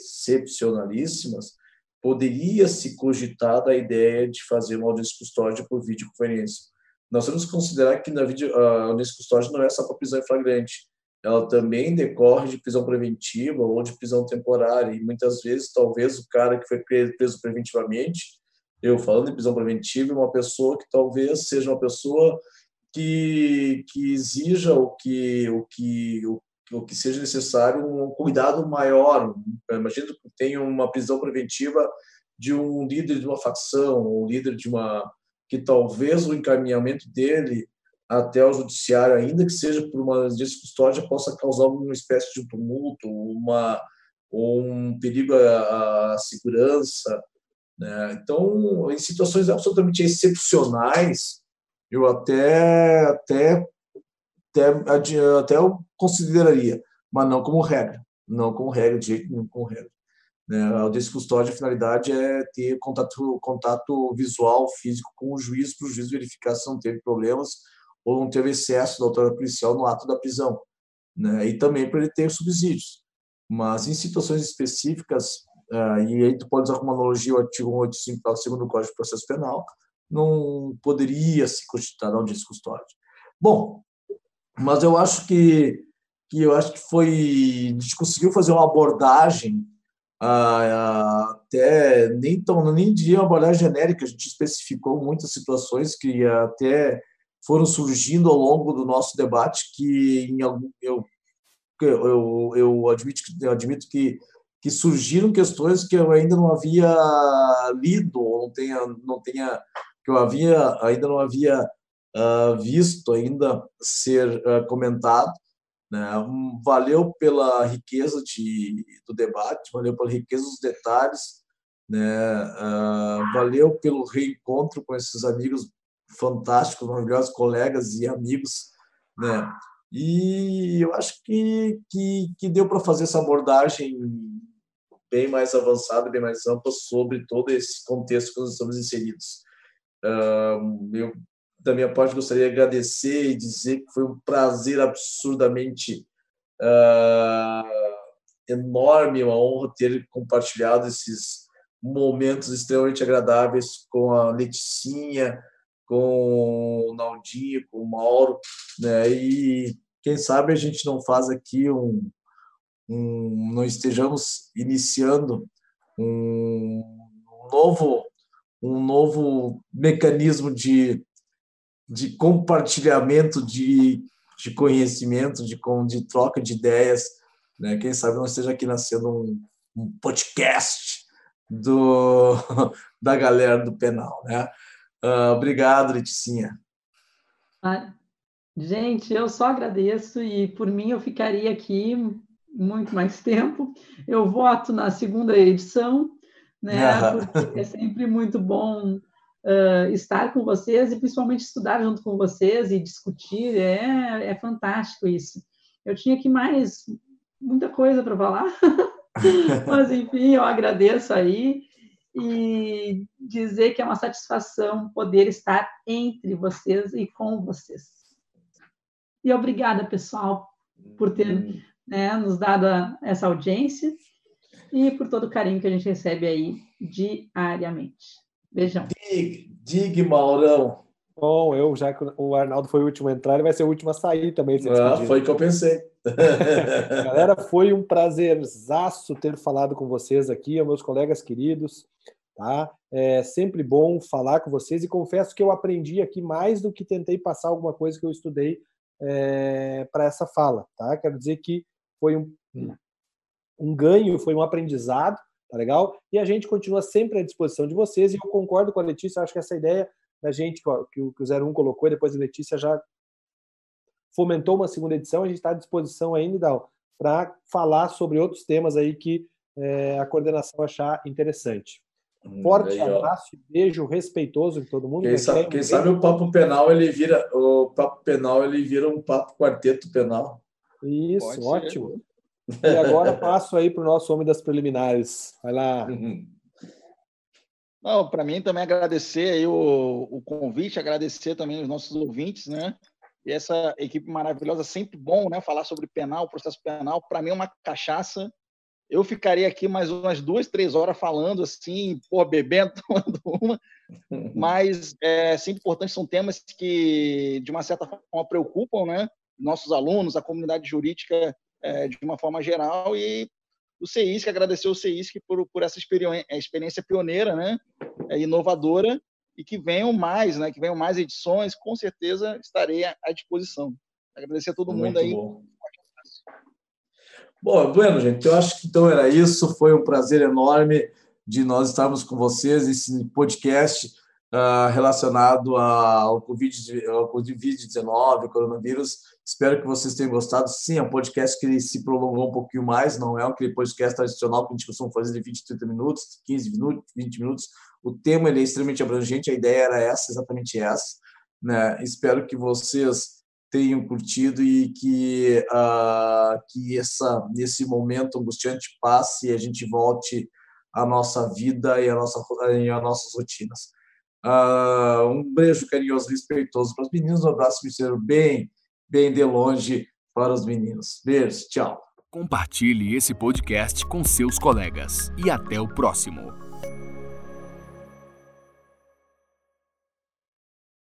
poderia se cogitar da ideia de fazer uma audiência de custódia por videoconferência. Nós temos que considerar que a audiência de custódia não é só para prisão em flagrante. Ela também decorre de prisão preventiva ou de prisão temporária. E muitas vezes, talvez, o cara que foi preso preventivamente, eu falando em prisão preventiva, é uma pessoa que talvez seja uma pessoa que exija o que que seja necessário um cuidado maior. Imagina que tem uma prisão preventiva de um líder de uma facção, um líder de uma... que talvez o encaminhamento dele até o judiciário, ainda que seja por uma medida de custódia, possa causar uma espécie de tumulto, um perigo à segurança, né? Então, em situações absolutamente excepcionais, eu até eu consideraria, mas não como regra, de jeito nenhum como regra. Né? A audiência de custódia, a finalidade é ter contato visual, físico com o juiz, para o juiz verificar se não teve problemas ou não teve excesso da autoridade policial no ato da prisão, né? E também para ele ter subsídios. Mas em situações específicas, e aí tu pode usar como analogia o artigo 185, segundo o Código de Processo Penal, não poderia se constituir a audiência de custódia. Bom, mas eu acho que foi, a gente conseguiu fazer uma abordagem até nem diria uma abordagem genérica, a gente especificou muitas situações que até foram surgindo ao longo do nosso debate, que eu admito que surgiram questões que eu ainda não havia lido, ou que eu ainda não havia visto ainda ser comentado, né? Valeu pela riqueza do debate, valeu pela riqueza dos detalhes, né? Valeu pelo reencontro com esses amigos fantásticos, maravilhosos colegas e amigos, né? E eu acho que deu para fazer essa abordagem bem mais avançada, bem mais ampla sobre todo esse contexto que nós estamos inseridos. Eu, da minha parte, gostaria de agradecer e dizer que foi um prazer absurdamente enorme, uma honra ter compartilhado esses momentos extremamente agradáveis com a Leticinha, com o Naldinho, com o Mauro, né? E quem sabe a gente não faz aqui não estejamos iniciando um novo mecanismo de compartilhamento de conhecimento, de troca de ideias, né? Quem sabe não esteja aqui nascendo um podcast da galera do penal, né? Obrigado, Leticinha. Gente, eu só agradeço e, por mim, eu ficaria aqui muito mais tempo. Eu voto na segunda edição, né? Porque é sempre muito bom estar com vocês e, principalmente, estudar junto com vocês e discutir. É fantástico isso. Eu tinha aqui muita coisa para falar, mas, enfim, eu agradeço aí. E dizer que é uma satisfação poder estar entre vocês e com vocês. E obrigada, pessoal, por ter nos dado essa audiência e por todo o carinho que a gente recebe aí diariamente. Beijão. Diga, Maurão. Bom, já que o Arnaldo foi o último a entrar, ele vai ser o último a sair também. Foi o que eu pensei. Galera, foi um prazerzaço ter falado com vocês aqui, meus colegas queridos. Tá? É sempre bom falar com vocês e confesso que eu aprendi aqui mais do que tentei passar alguma coisa que eu estudei para essa fala. Tá? Quero dizer que foi um ganho, foi um aprendizado, tá legal? E a gente continua sempre à disposição de vocês e eu concordo com a Letícia, acho que essa ideia da gente, que o 01 colocou e depois a Letícia já fomentou uma segunda edição, a gente está à disposição ainda para falar sobre outros temas aí que a coordenação achar interessante. Forte abraço e beijo respeitoso de todo mundo. Quem sabe o papo penal ele vira um papo quarteto penal. Isso, pode ótimo. Ser. E agora passo aí para o nosso homem das preliminares. Vai lá. Para mim também agradecer aí o convite, agradecer também os nossos ouvintes, né? E essa equipe maravilhosa, sempre bom, né? Falar sobre penal, processo penal. Para mim é uma cachaça. Eu ficaria aqui mais umas 2, 3 horas falando assim, bebendo, tomando uma, mas é sempre importante, são temas que, de uma certa forma, preocupam, né? Nossos alunos, a comunidade jurídica de uma forma geral, e o CEISC, agradecer ao CEISC por essa experiência pioneira, né? Inovadora, e que venham mais, né? Que venham mais edições, com certeza estarei à disposição. Agradecer a todo mundo aí. Bom. Bueno, gente, eu acho que então era isso. Foi um prazer enorme de nós estarmos com vocês nesse podcast relacionado ao Covid-19, coronavírus. Espero que vocês tenham gostado. Sim, é um podcast que se prolongou um pouquinho mais, não é aquele podcast tradicional que a gente costuma fazer de 20, 30 minutos, 15 minutos, 20 minutos. O tema ele é extremamente abrangente, a ideia era essa, exatamente essa, né? Espero que vocês tenham curtido e que nesse momento angustiante passe e a gente volte à nossa vida e às nossas rotinas. Um beijo carinhoso, respeitoso para os meninos, um abraço sincero bem de longe para os meninos. Beijo, tchau. Compartilhe esse podcast com seus colegas e até o próximo.